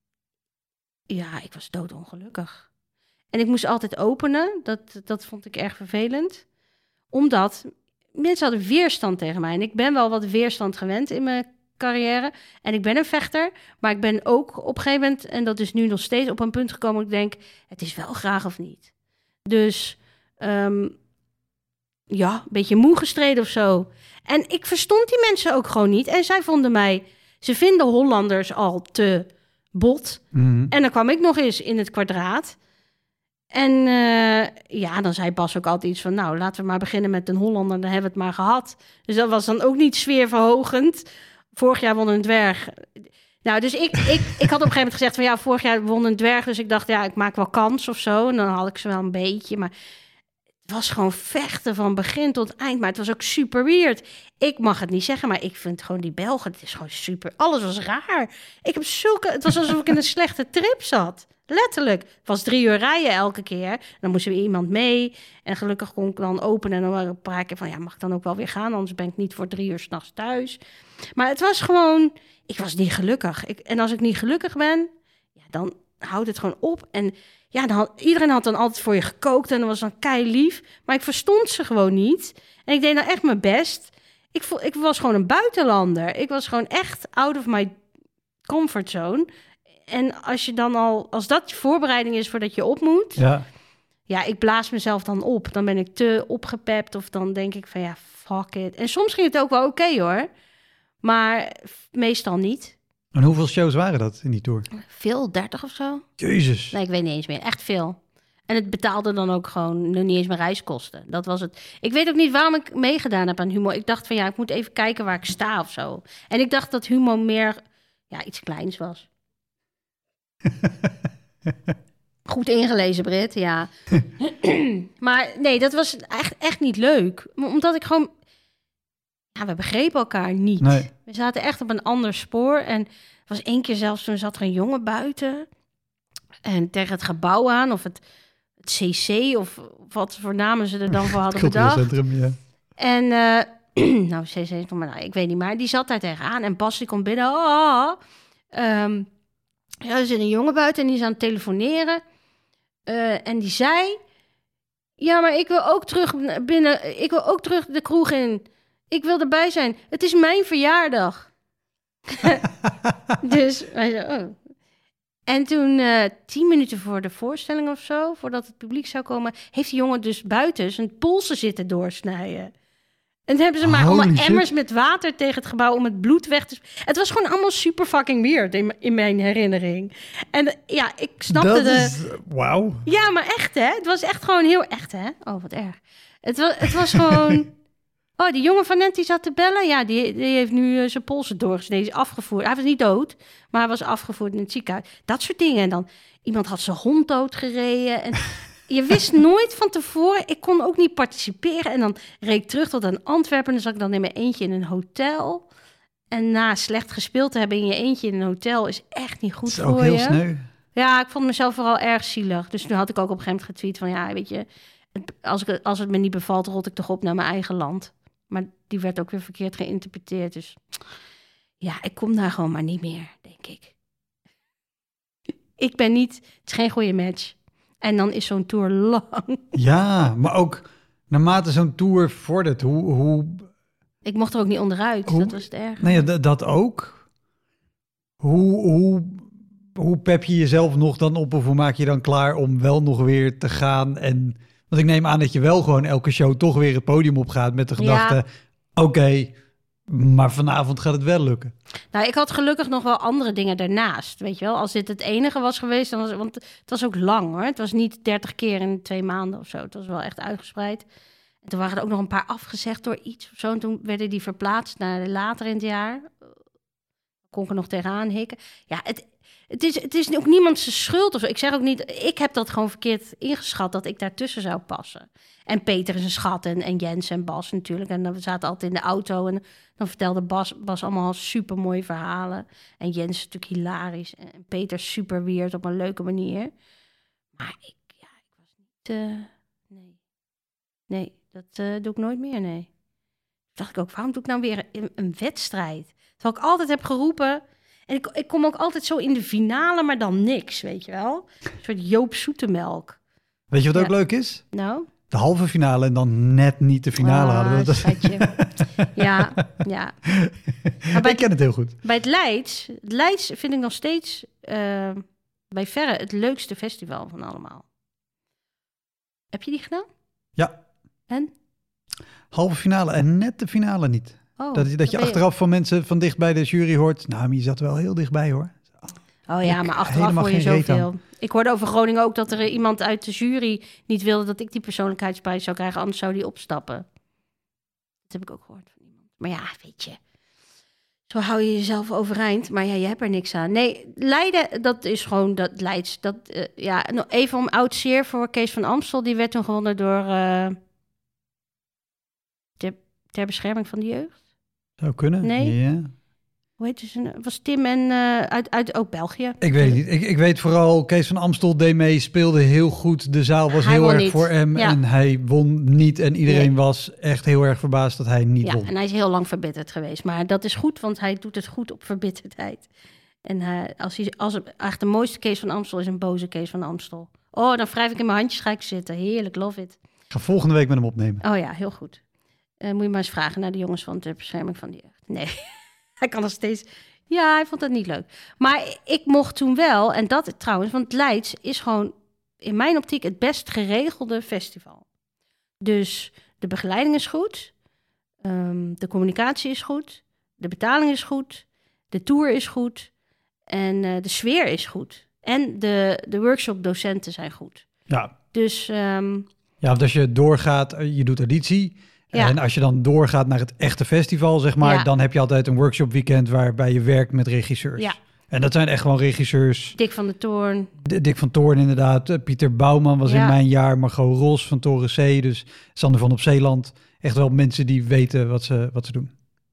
Ja, ik was doodongelukkig. En ik moest altijd openen. Dat, dat vond ik erg vervelend. Omdat mensen hadden weerstand tegen mij. En ik ben wel wat weerstand gewend in mijn carrière. En ik ben een vechter. Maar ik ben ook op een gegeven moment... en dat is nu nog steeds op een punt gekomen... dat ik denk, het is wel graag of niet. Dus um, ja, een beetje moe gestreden of zo. En ik verstond die mensen ook gewoon niet. En zij vonden mij... Ze vinden Hollanders al te bot. Mm-hmm. En dan kwam ik nog eens in het kwadraat. En uh, ja, dan zei Bas ook altijd iets van... nou, laten we maar beginnen met een Hollander, dan hebben we het maar gehad. Dus dat was dan ook niet sfeerverhogend. Vorig jaar won een dwerg. Nou, dus ik, ik, ik had op een gegeven moment gezegd van... ja, vorig jaar won een dwerg, dus ik dacht... ja, ik maak wel kans of zo. En dan had ik ze wel een beetje, maar... Het was gewoon vechten van begin tot eind, maar het was ook super weird. Ik mag het niet zeggen, maar ik vind gewoon die Belgen, het is gewoon super... Alles was raar. Ik heb zulke... Het was alsof ik in een slechte trip zat. Letterlijk. Het was drie uur rijden elke keer. Dan moest er weer iemand mee. En gelukkig kon ik dan openen en dan waren een paar keer van... ja, mag ik dan ook wel weer gaan? Anders ben ik niet voor drie uur 's nachts thuis. Maar het was gewoon... Ik was niet gelukkig. Ik, en als ik niet gelukkig ben, ja, dan houdt het gewoon op. En ja, dan had, iedereen had dan altijd voor je gekookt en dat was dan kei lief. Maar ik verstond ze gewoon niet. En ik deed nou echt mijn best. Ik, voel, ik was gewoon een buitenlander. Ik was gewoon echt out of my comfortzone. En als je dan al, als dat je voorbereiding is voordat je op moet, Ja. ja, ik blaas mezelf dan op. Dan ben ik te opgepept of dan denk ik van ja, fuck it. En soms ging het ook wel oké okay, hoor. Maar meestal niet. En hoeveel shows waren dat in die tour? Veel, dertig of zo. Jezus. Nee, ik weet niet eens meer. Echt veel. En het betaalde dan ook gewoon nog niet eens mijn reiskosten. Dat was het. Ik weet ook niet waarom ik meegedaan heb aan Humo. Ik dacht van ja, ik moet even kijken waar ik sta of zo. En ik dacht dat Humo meer ja, iets kleins was. Goed ingelezen, Brit, ja. Maar nee, dat was echt, echt niet leuk. Omdat ik gewoon... ja, we begrepen elkaar niet. Nee. We zaten echt op een ander spoor. En er was één keer zelfs, toen zat er een jongen buiten. En tegen het gebouw aan, of het, het C C, of wat voor namen ze er dan voor hadden bedacht. Centrum, ja. En, uh, nou, C C is nog maar, nou, ik weet niet maar. Die zat daar tegenaan en Bas die komt binnen. Oh, um, ja, er zit een jongen buiten en die is aan het telefoneren. Uh, en die zei... Ja, maar ik wil ook terug binnen... Ik wil ook terug de kroeg in. Ik wil erbij zijn. Het is mijn verjaardag. Dus wij zeiden, oh. En toen, uh, tien minuten voor de voorstelling of zo... voordat het publiek zou komen... heeft die jongen dus buiten zijn polsen zitten doorsnijden. En toen hebben ze maar Holy allemaal shit. emmers met water tegen het gebouw... om het bloed weg te... Het was gewoon allemaal super fucking weird in, in mijn herinnering. En uh, ja, ik snapte Dat de... is... Wauw. Ja, maar echt, hè? Het was echt gewoon heel echt, hè? Oh, wat erg. Het was, het was gewoon... Oh, die jongen van net die zat te bellen. Ja, die, die heeft nu uh, zijn polsen doorgesneden. Die is afgevoerd. Hij was niet dood, maar hij was afgevoerd in het ziekenhuis. Dat soort dingen. En dan, iemand had zijn hond doodgereden. En je wist nooit van tevoren... Ik kon ook niet participeren. En dan reed ik terug tot aan Antwerpen. En dan zat ik dan in mijn eentje in een hotel. En na slecht gespeeld te hebben in je eentje in een hotel... is echt niet goed Dat is voor ook heel je. sneu. Ja, ik vond mezelf vooral erg zielig. Dus toen had ik ook op een gegeven moment getweet van... ja, weet je, het- als, ik, als het me niet bevalt, rot ik toch op naar mijn eigen land. Maar die werd ook weer verkeerd geïnterpreteerd. Dus ja, ik kom daar gewoon maar niet meer, denk ik. Ik ben niet... Het is geen goede match. En dan is zo'n tour lang. Ja, maar ook naarmate zo'n tour vordert, hoe... hoe Ik mocht er ook niet onderuit. Hoe- Dat was het erg. nou ja, d- dat ook. Hoe, hoe, hoe pep je jezelf nog dan op of hoe maak je dan klaar om wel nog weer te gaan? En, want ik neem aan dat je wel gewoon elke show toch weer het podium op gaat met de gedachte... Ja. Oké, maar vanavond gaat het wel lukken. Nou, ik had gelukkig nog wel andere dingen daarnaast, weet je wel. Als dit het enige was geweest, dan was want het was ook lang, hoor. Het was niet dertig keer in twee maanden of zo. Het was wel echt uitgespreid. En toen waren er ook nog een paar afgezegd door iets of zo. En toen werden die verplaatst naar later in het jaar. Kon ik er nog tegenaan hikken. Ja, het, het, is, het is ook niemands schuld of zo. Ik zeg ook niet, ik heb dat gewoon verkeerd ingeschat dat ik daartussen zou passen. En Peter is een schat en, en Jens en Bas natuurlijk. En dan we zaten altijd in de auto en dan vertelde Bas, Bas allemaal super mooie verhalen. En Jens is natuurlijk hilarisch. En Peter super weird op een leuke manier. Maar ik, ja, ik was niet... Uh, nee. Nee, dat uh, doe ik nooit meer, nee. Toen dacht ik ook, waarom doe ik nou weer een, een wedstrijd? Terwijl ik altijd heb geroepen... En ik, ik kom ook altijd zo in de finale, maar dan niks, weet je wel? Een soort Joop Zoetemelk. Weet je wat ook Ja. leuk is? Nou? De halve finale en dan net niet de finale Ah, hadden. Dat, schatje. Ja, ja. Maar bij, ik ken het heel goed. bij het Leids... Het Leids vind ik nog steeds uh, bij verre het leukste festival van allemaal. Heb je die gedaan? Ja. En? Halve finale en net de finale niet. Oh, dat, dat je ben achteraf van mensen van dicht bij de jury hoort... Nou, maar je zat wel heel dichtbij, hoor. Oh ja, maar achteraf helemaal hoor je geen reet zoveel. Ik hoorde over Groningen ook dat er uh, iemand uit de jury niet wilde dat ik die persoonlijkheidsprijs zou krijgen, anders zou die opstappen. Dat heb ik ook gehoord van iemand. Maar ja, weet je, zo hou je jezelf overeind, maar ja, je hebt er niks aan. Nee, Leiden, dat is gewoon dat Leids. Dat, uh, ja, nog even om oud zeer voor Kees van Amstel, die werd toen gewonnen door uh, ter, ter bescherming van de jeugd. Zou kunnen. Nee. Ja. Hoe heet ze? Het was Tim en uh, uit, uit ook België. Ik weet het niet. Ik, ik weet vooral, Kees van Amstel deed mee, speelde heel goed. De zaal was Hij heel won erg niet. voor hem Ja. en hij won niet. En iedereen Nee. was echt heel erg verbaasd dat hij niet Ja, won. en hij is heel lang verbitterd geweest. Maar dat is goed, want hij doet het goed op verbitterdheid. En uh, als hij, als het, eigenlijk de mooiste Kees van Amstel is een boze Kees van Amstel. Oh, dan wrijf ik in mijn handjes, ga ik zitten. Heerlijk, love it. Ik ga volgende week met hem opnemen. Oh ja, heel goed. Uh, moet je maar eens vragen naar de jongens van de bescherming van de jeugd. Nee, hij kan nog steeds... Ja, hij vond dat niet leuk. Maar ik mocht toen wel, en dat trouwens, want Leids is gewoon in mijn optiek het best geregelde festival. Dus de begeleiding is goed, um, de communicatie is goed, de betaling is goed, de tour is goed en uh, de sfeer is goed. En de, de workshopdocenten zijn goed. Ja. Dus... Um, ja, want als je doorgaat, je doet auditie... Ja. En als je dan doorgaat naar het echte festival, zeg maar... Ja. dan heb je altijd een workshop weekend waarbij je werkt met regisseurs. Ja. En dat zijn echt gewoon regisseurs. Dick van der Toorn. D- Dick van Toorn inderdaad. Pieter Bouwman was Ja. in mijn jaar. Margot Ros van Toren C. Dus Sander van op Zeeland. Echt wel mensen die weten wat ze, wat ze doen.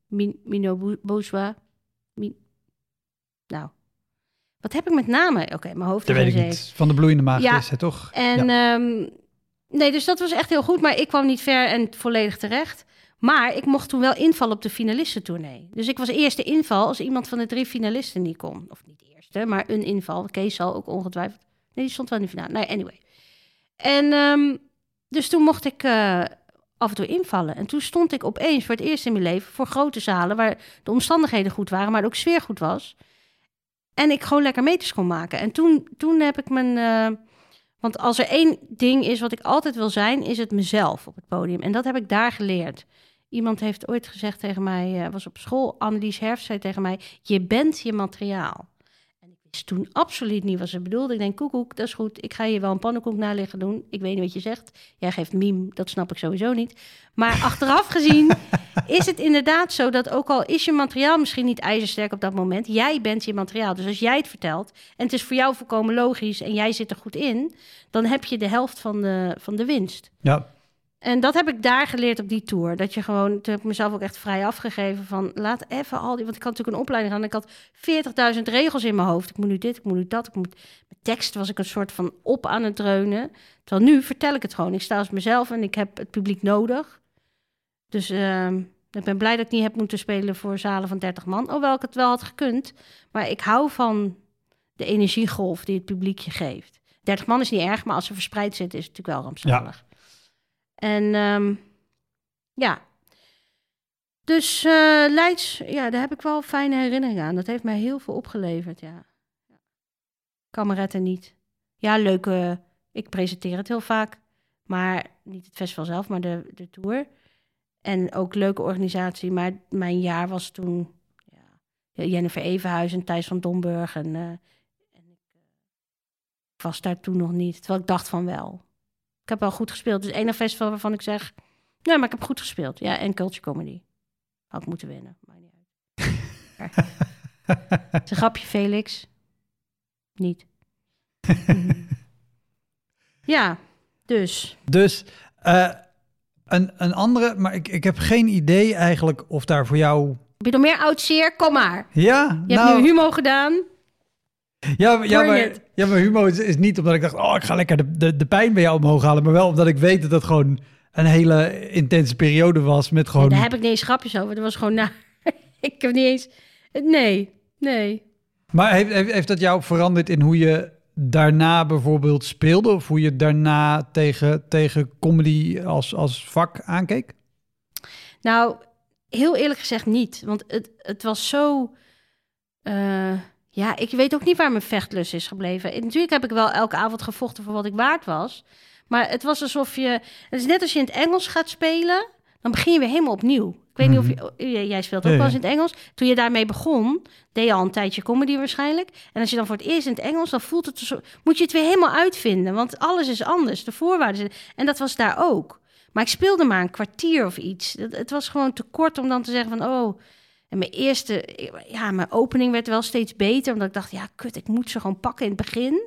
Min, Mino Boswa. Min, nou, wat heb ik met namen? Oké, okay, mijn hoofd dat is weet ik zeep. niet. Van de bloeiende maagd ja. is het toch? En ja. um, nee, dus dat was echt heel goed. Maar ik kwam niet ver en volledig terecht. Maar ik mocht toen wel invallen op de finalistentournee. Dus ik was eerste inval als iemand van de drie finalisten niet kon. Of niet eerste, maar een inval. Kees zal ook ongetwijfeld... Nee, die stond wel in de finale. Nee, anyway. En um, dus toen mocht ik uh, af en toe invallen. En toen stond ik opeens voor het eerst in mijn leven voor grote zalen... waar de omstandigheden goed waren, maar ook sfeer goed was. En ik gewoon lekker meters kon maken. En toen, toen heb ik mijn... Uh, want als er één ding is wat ik altijd wil zijn, is het mezelf op het podium. En dat heb ik daar geleerd. Iemand heeft ooit gezegd tegen mij, uh, was op school, Annelies Herfst zei tegen mij, je bent je materiaal. En ik wist toen absoluut niet wat ze bedoelde. Ik denk, koekoek, dat is goed. Ik ga je wel een pannenkoek na liggen doen. Ik weet niet wat je zegt. Jij geeft meme, dat snap ik sowieso niet. Maar achteraf gezien is het inderdaad zo dat ook al is je materiaal misschien niet ijzersterk op dat moment, jij bent je materiaal. Dus als jij het vertelt en het is voor jou volkomen logisch en jij zit er goed in, dan heb je de helft van de, van de winst. Ja. En dat heb ik daar geleerd op die tour. Dat je gewoon, toen heb ik mezelf ook echt vrij afgegeven van, laat even al die, want ik had natuurlijk een opleiding gaan en ik had veertigduizend regels in mijn hoofd. Ik moet nu dit, ik moet nu dat, ik moet, met tekst was ik een soort van op aan het dreunen. Terwijl nu vertel ik het gewoon. Ik sta als mezelf en ik heb het publiek nodig. Dus uh, ik ben blij dat ik niet heb moeten spelen voor zalen van dertig man. Hoewel ik het wel had gekund. Maar ik hou van de energiegolf die het publiek je geeft. dertig man is niet erg, maar als ze verspreid zitten is het natuurlijk wel rampzalig. Ja. En um, ja, dus uh, Leids, ja, daar heb ik wel fijne herinneringen aan. Dat heeft mij heel veel opgeleverd, ja. Kameretten niet. Ja, leuk, uh, ik presenteer het heel vaak. Maar niet het festival zelf, maar de, de tour. En ook leuke organisatie. Maar mijn jaar was toen ja, Jennifer Evenhuizen, Thijs van Domburg. En, uh, en ik uh, was daar toen nog niet. Terwijl ik dacht van wel. Ik heb wel goed gespeeld. Dus één festival waarvan ik zeg, nee, maar ik heb goed gespeeld. Ja, en Culture Comedy. Had ik moeten winnen. Maar niet uit. Het is een grapje, Felix. Niet. Mm. Ja, dus. Dus uh, een, een andere, maar ik, ik heb geen idee eigenlijk of daar voor jou... Heb je nog meer oud zeer? Kom maar. Ja, Je nou... hebt nu Humo gedaan. Ja, ja, maar, ja, maar Humo is, is niet omdat ik dacht, oh, ik ga lekker de, de, de pijn bij jou omhoog halen. Maar wel omdat ik weet dat het gewoon een hele intense periode was met gewoon... Ja, daar heb ik niet eens grapjes over. Dat was gewoon, nou, ik heb niet eens... Nee, nee. Maar heeft, heeft, heeft dat jou veranderd in hoe je daarna bijvoorbeeld speelde? Of hoe je daarna tegen, tegen comedy als, als vak aankeek? Nou, heel eerlijk gezegd niet. Want het, het was zo... Uh, ja, ik weet ook niet waar mijn vechtlust is gebleven. En natuurlijk heb ik wel elke avond gevochten voor wat ik waard was. Maar het was alsof je... Het is net als je in het Engels gaat spelen, dan begin je weer helemaal opnieuw. Ik weet mm-hmm. niet of je... Jij speelt ook ja, wel eens in het Engels. Toen je daarmee begon, deed je al een tijdje comedy waarschijnlijk. En als je dan voor het eerst in het Engels, dan voelt het zo... Moet je het weer helemaal uitvinden, want alles is anders. De voorwaarden zijn... En dat was daar ook. Maar ik speelde maar een kwartier of iets. Het, het was gewoon te kort om dan te zeggen van... oh. En mijn eerste... Ja, mijn opening werd wel steeds beter. Omdat ik dacht, ja, kut, ik moet ze gewoon pakken in het begin.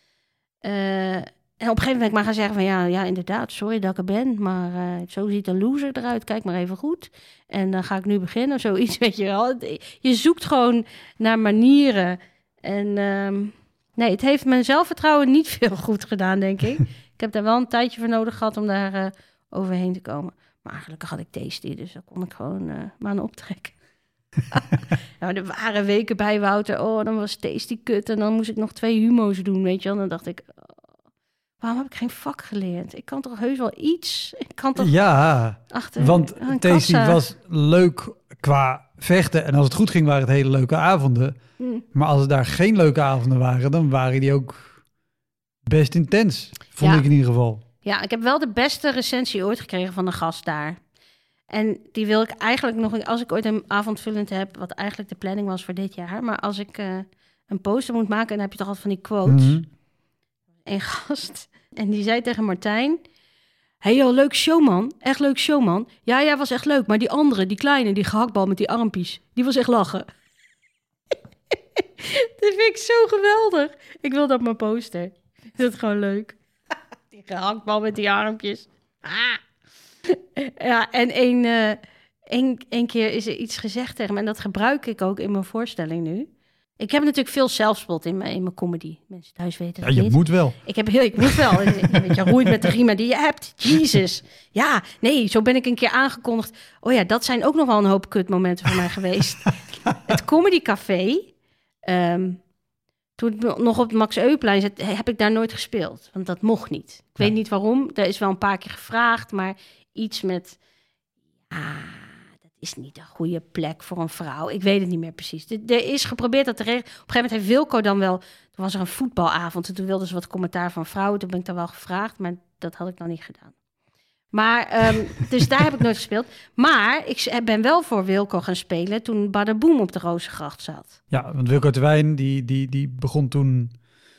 Uh, en op een gegeven moment ben ik maar gaan zeggen van... Ja, ja inderdaad, sorry dat ik er ben. Maar uh, zo ziet een loser eruit. Kijk maar even goed. En dan ga ik nu beginnen of zoiets, weet je wel. Je zoekt gewoon naar manieren. En um, nee, het heeft mijn zelfvertrouwen niet veel goed gedaan, denk ik. Ik heb daar wel een tijdje voor nodig gehad om daar uh, overheen te komen. Maar gelukkig had ik Tasty, dus daar kon ik gewoon uh, maar aan optrekken. Nou, er waren weken bij Wouter. Oh, dan was Tasty kut. En dan moest ik nog twee humo's doen, weet je wel. En dan dacht ik, oh, waarom heb ik geen vak geleerd? Ik kan toch heus wel iets? Ik kan toch... Ja, achter want Tasty was leuk qua vechten. En als het goed ging, waren het hele leuke avonden. Mm. Maar als het daar geen leuke avonden waren, dan waren die ook best intens. Vond ja. ik in ieder geval. Ja, ik heb wel de beste recensie ooit gekregen van een gast daar. En die wil ik eigenlijk nog... Als ik ooit een avondvullend heb... wat eigenlijk de planning was voor dit jaar... maar als ik uh, een poster moet maken... dan heb je toch altijd van die quotes. Mm-hmm. Een gast. En die zei tegen Martijn... Hey joh, leuk show, man. Echt leuk show, man. Ja, ja, was echt leuk. Maar die andere, die kleine, die gehaktbal met die armpjes... die was echt lachen. Dat vind ik zo geweldig. Ik wil dat op mijn poster. Ik vind het gewoon leuk. Die gehaktbal met die armpjes. Ah. Ja, en een, uh, één, één keer is er iets gezegd tegen me. En dat gebruik ik ook in mijn voorstelling nu. Ik heb natuurlijk veel zelfspot in mijn, in mijn comedy. Mensen thuis weten Ja, dat je niet. moet wel. Ik heb heel, ik moet wel. Weet je, roeit met de riemen die je hebt. Jezus. Ja, nee, zo ben ik een keer aangekondigd. Oh ja, dat zijn ook nog wel een hoop kutmomenten voor mij geweest. Het Comedy Café. Um, toen ik nog op het Max Euwplein zat, heb ik daar nooit gespeeld. Want dat mocht niet. Ik ja. weet niet waarom. Er is wel een paar keer gevraagd, maar iets met... Ah, dat is niet een goede plek voor een vrouw. Ik weet het niet meer precies. Er is geprobeerd dat te regelen. Op een gegeven moment heeft Wilco dan wel... Toen was er een voetbalavond en toen wilden ze wat commentaar van vrouwen. Toen ben ik daar wel gevraagd, maar dat had ik nog niet gedaan. Maar, um, dus daar heb ik nooit gespeeld. Maar ik ben wel voor Wilco gaan spelen toen Badaboom op de Rozengracht zat. Ja, want Wilco Terwijn, die, die, die begon toen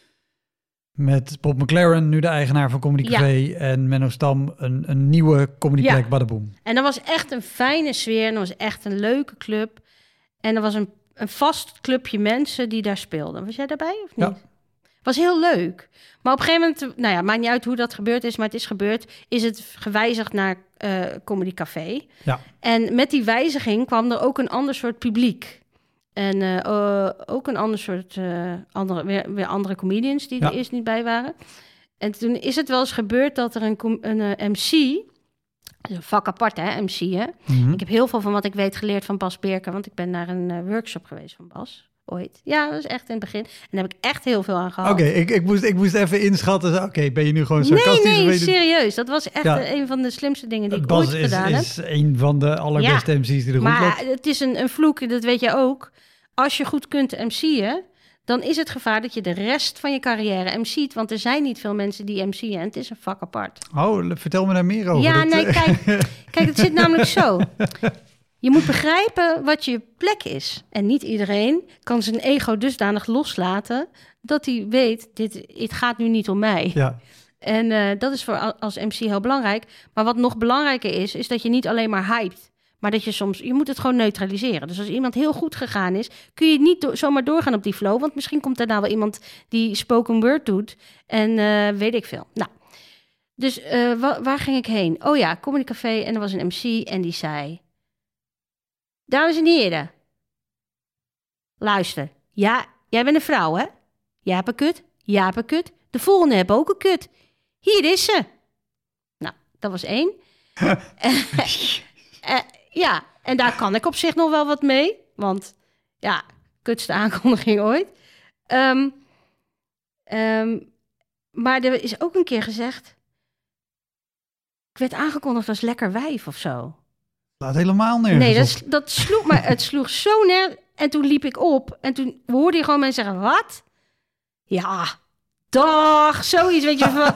met Bob McLaren, nu de eigenaar van Comedy Café, ja. en Menno Stam, een, een nieuwe comedyplek, ja. Badaboom. En dat was echt een fijne sfeer en dat was echt een leuke club. En er was een, een vast clubje mensen die daar speelden. Was jij daarbij of niet? Ja. Was heel leuk. Maar op een gegeven moment, nou ja, maakt niet uit hoe dat gebeurd is, maar het is gebeurd, is het gewijzigd naar uh, Comedy Café. Ja. En met die wijziging kwam er ook een ander soort publiek. En uh, uh, ook een ander soort, uh, andere, weer, weer andere comedians die ja. er eerst niet bij waren. En toen is het wel eens gebeurd dat er een, een uh, M C, een vak apart hè, M C hè. Mm-hmm. Ik heb heel veel van wat ik weet geleerd van Bas Berken, want ik ben naar een uh, workshop geweest van Bas. Ooit. Ja, dat was echt in het begin. En daar heb ik echt heel veel aan gehad. Oké, okay, ik, ik, moest, ik moest even inschatten. Oké, okay, ben je nu gewoon sarcastisch? Nee, nee, je... serieus. Dat was echt ja. een van de slimste dingen die ik Bas ooit is, gedaan heb. is een van de allerbeste ja. M C's die er rondloopt. Maar het is een, een vloek, dat weet je ook. Als je goed kunt M C'en, dan is het gevaar dat je de rest van je carrière M C'et. Want er zijn niet veel mensen die M C'en en het is een vak apart. Oh, vertel me daar meer over. Ja, dat... nee, kijk, kijk, het zit namelijk zo. Je moet begrijpen wat je plek is. En niet iedereen kan zijn ego dusdanig loslaten dat hij weet, dit, het gaat nu niet om mij. Ja. En uh, dat is voor als M C heel belangrijk. Maar wat nog belangrijker is, is dat je niet alleen maar hypt. Maar dat je soms, je moet het gewoon neutraliseren. Dus als iemand heel goed gegaan is, kun je niet do- zomaar doorgaan op die flow. Want misschien komt er nou wel iemand die spoken word doet. En uh, weet ik veel. Nou, dus uh, wa- waar ging ik heen? Oh ja, Comedy Café en er was een M C en die zei... Dames en heren, luister. Ja, jij bent een vrouw, hè? Jij hebt een kut, jij hebt een kut. De volgende hebben ook een kut. Hier is ze. Nou, dat was één. uh, uh, ja, en daar kan ik op zich nog wel wat mee. Want, ja, kutste aankondiging ooit. Um, um, maar er is ook een keer gezegd... Ik werd aangekondigd als lekker wijf of zo. Laat helemaal nergens Nee, dat, dat sloeg maar het sloeg zo neer. En toen liep ik op. En toen hoorde je gewoon mensen zeggen, wat? Ja, dag, zoiets, weet je. Van...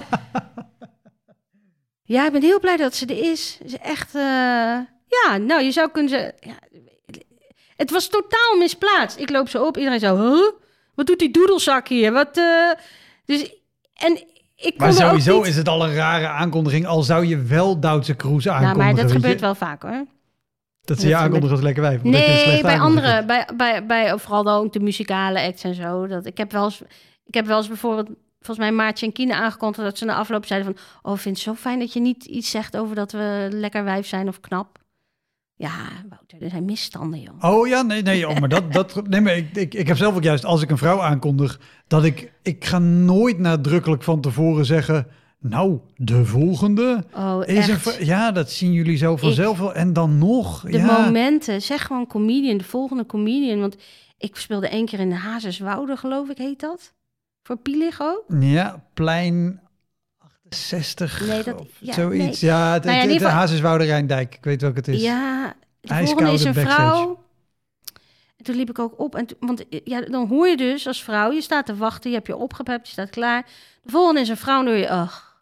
Ja, ik ben heel blij dat ze er is. Ze is echt, uh... ja, nou, je zou kunnen zeggen... Ja, het was totaal misplaatst. Ik loop zo op, iedereen zo, huh? Wat doet die doedelzak hier? Wat, uh... Dus, en... Ik maar sowieso niet... is het al een rare aankondiging, al zou je wel Duitse Kroes aankondigen. Nou, maar dat gebeurt je? wel vaak, hoor. Dat ze je aankondigen als lekker wijf? Nee, bij andere, bij, bij, bij vooral dan ook de muzikale acts en zo. Dat, ik, heb wel eens, ik heb wel eens bijvoorbeeld, volgens mij Maartje en Kine aangekondigd, dat ze na afloop zeiden van, oh, ik vind het zo fijn dat je niet iets zegt over dat we lekker wijf zijn of knap. Ja, Wouter, er zijn misstanden, joh. Oh ja, nee, nee, oh, maar dat, dat, nee, maar ik, ik, ik heb zelf ook juist, als ik een vrouw aankondig, dat ik, ik ga nooit nadrukkelijk van tevoren zeggen, nou, de volgende oh, is echt? een, ja, dat zien jullie zo vanzelf wel. En dan nog, de ja. momenten, zeg gewoon comedian, de volgende comedian, want ik speelde één keer in de Hazerswoude, geloof ik, heet dat? Voor Pielig ook? Ja, plein achtenzestig nee, dat, of ja, zoiets. Nee. Ja, het, nou ja, het, in de Hazerswoude Rijndijk. Ik weet welke het is. Ja, de IJskoude volgende is een backstage. vrouw. En toen liep ik ook op. En to, want ja, dan hoor je dus als vrouw, je staat te wachten, je hebt je opgepept, je staat klaar. De volgende is een vrouw en dan hoor je, ach.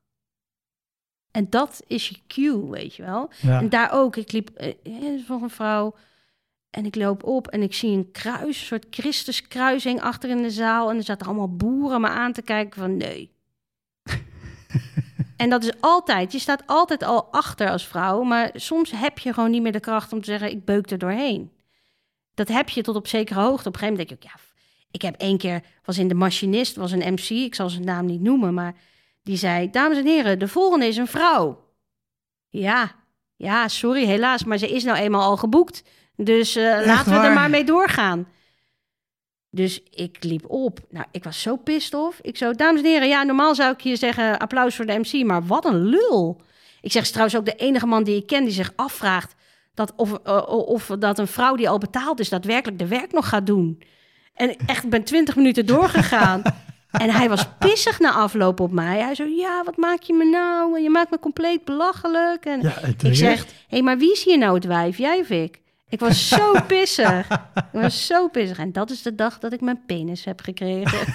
En dat is je cue, weet je wel. Ja. En daar ook, ik liep eh, voor een vrouw en ik loop op en ik zie een kruis, een soort Christuskruising achter in de zaal. En er zaten allemaal boeren me aan te kijken van nee. En dat is altijd, je staat altijd al achter als vrouw, maar soms heb je gewoon niet meer de kracht om te zeggen, ik beuk er doorheen. Dat heb je tot op zekere hoogte. Op een gegeven moment denk ik ook, ja, ik heb één keer, was in De Machinist, was een M C, ik zal zijn naam niet noemen, maar die zei, dames en heren, de volgende is een vrouw. Ja, ja, sorry, helaas, maar ze is nou eenmaal al geboekt. Dus uh, laten we waar? er maar mee doorgaan. Dus ik liep op. Nou, ik was zo pissed off. Ik zo, dames en heren, ja, normaal zou ik hier zeggen applaus voor de M C, maar wat een lul. Ik zeg, is trouwens ook de enige man die ik ken die zich afvraagt dat of, uh, of dat een vrouw die al betaald is daadwerkelijk de werk nog gaat doen. En echt, ik ben twintig minuten doorgegaan. En hij was pissig na afloop op mij. Hij zo, ja, wat maak je me nou? En je maakt me compleet belachelijk. En Ja, ik zeg, hé, hey, maar wie is hier nou het wijf? Jij of ik? Ik was zo pissig. Ik was zo pissig. En dat is de dag dat ik mijn penis heb gekregen.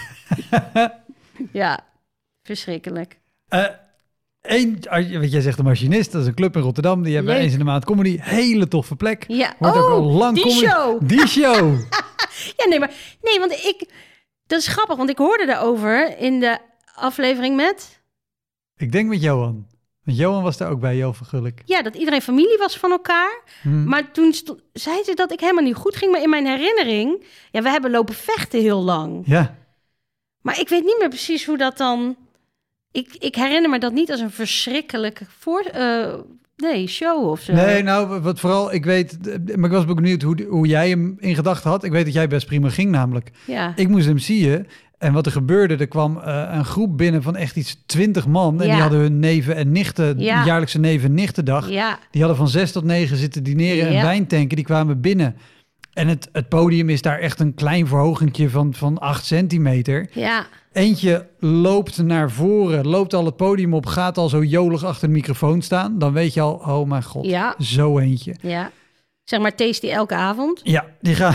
Ja, verschrikkelijk. Uh, Eén, wat jij zegt, de Machinist, dat is een club in Rotterdam. Die hebben Leuk. eens in de maand comedy. Hele toffe plek. Ja, Wordt ook al oh, lang die comedy. show. Die show. Ja, nee, maar nee, want ik... Dat is grappig, want ik hoorde daarover in de aflevering met... Ik denk met Johan. Want Johan was daar ook bij, Jo van Gulik. Ja, dat iedereen familie was van elkaar. Hmm. Maar toen sto- zei ze dat ik helemaal niet goed ging. Maar in mijn herinnering... Ja, we hebben lopen vechten heel lang. Ja. Maar ik weet niet meer precies hoe dat dan... Ik, ik herinner me dat niet als een verschrikkelijke voor, uh, nee, show of zo. Nee, nou, wat vooral, ik weet... Maar ik was benieuwd hoe, hoe jij hem in gedachten had. Ik weet dat jij best prima ging namelijk. Ja. Ik moest hem zien. En wat er gebeurde, er kwam uh, een groep binnen van echt iets twintig man. En Ja. die hadden hun neven en nichten, Ja. jaarlijkse neven en nichtendag. Ja, Die hadden van zes tot negen zitten dineren en Ja. wijn tanken. Die kwamen binnen. En het, het podium is daar echt een klein verhogentje van, van acht centimeter. ja, Eentje loopt naar voren, loopt al het podium op, gaat al zo jolig achter de microfoon staan. Dan weet je al, oh mijn god, Ja. zo eentje. ja. Zeg maar tasty elke avond. Ja, die gaan,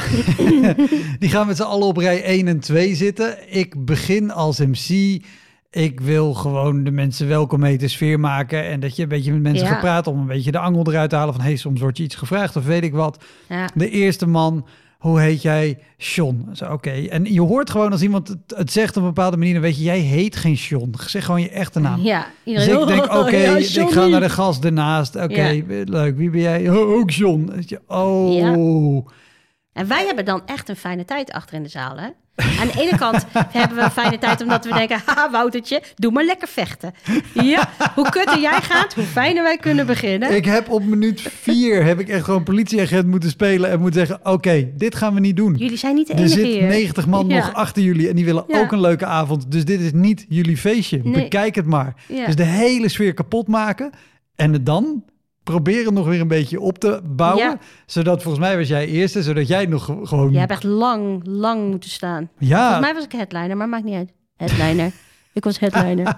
die gaan met z'n allen op rij één en twee zitten. Ik begin als M C. Ik wil gewoon de mensen welkom heten, sfeer maken. En dat je een beetje met mensen Ja. gaat praten om een beetje de angel eruit te halen van, hey, soms wordt je iets gevraagd of weet ik wat. Ja, De eerste man, hoe heet jij? Sean. Zo, oké. En je hoort gewoon als iemand het, het zegt op een bepaalde manier, dan weet je, jij heet geen Sean. Zeg gewoon je echte naam. ja. Dus ik denk, oké, Ja, ik ga Johnny. naar de gast ernaast. Oké, Ja. leuk. Wie ben jij? Oh, ook Sean. Weet je, oh. Ja. En wij hebben dan echt een fijne tijd achter in de zaal, hè? Aan de ene kant hebben we een fijne tijd omdat we denken, haha, Woutertje, doe maar lekker vechten. Ja, hoe kutter jij gaat, hoe fijner wij kunnen beginnen. Ik heb op minuut vier heb ik echt gewoon politieagent moeten spelen en moeten zeggen, oké, dit gaan we niet doen. Jullie zijn niet de Er enige zit hier. negentig man Ja. nog achter jullie en die willen Ja. ook een leuke avond. Dus dit is niet jullie feestje. Nee. Bekijk het maar. Ja. Dus de hele sfeer kapot maken en het dan proberen nog weer een beetje op te bouwen. Ja. Zodat, volgens mij was jij eerste, zodat jij nog ge- gewoon... Jij hebt echt lang, lang moeten staan. Ja. Volgens mij was ik headliner, maar maakt niet uit. Headliner. Ik was headliner.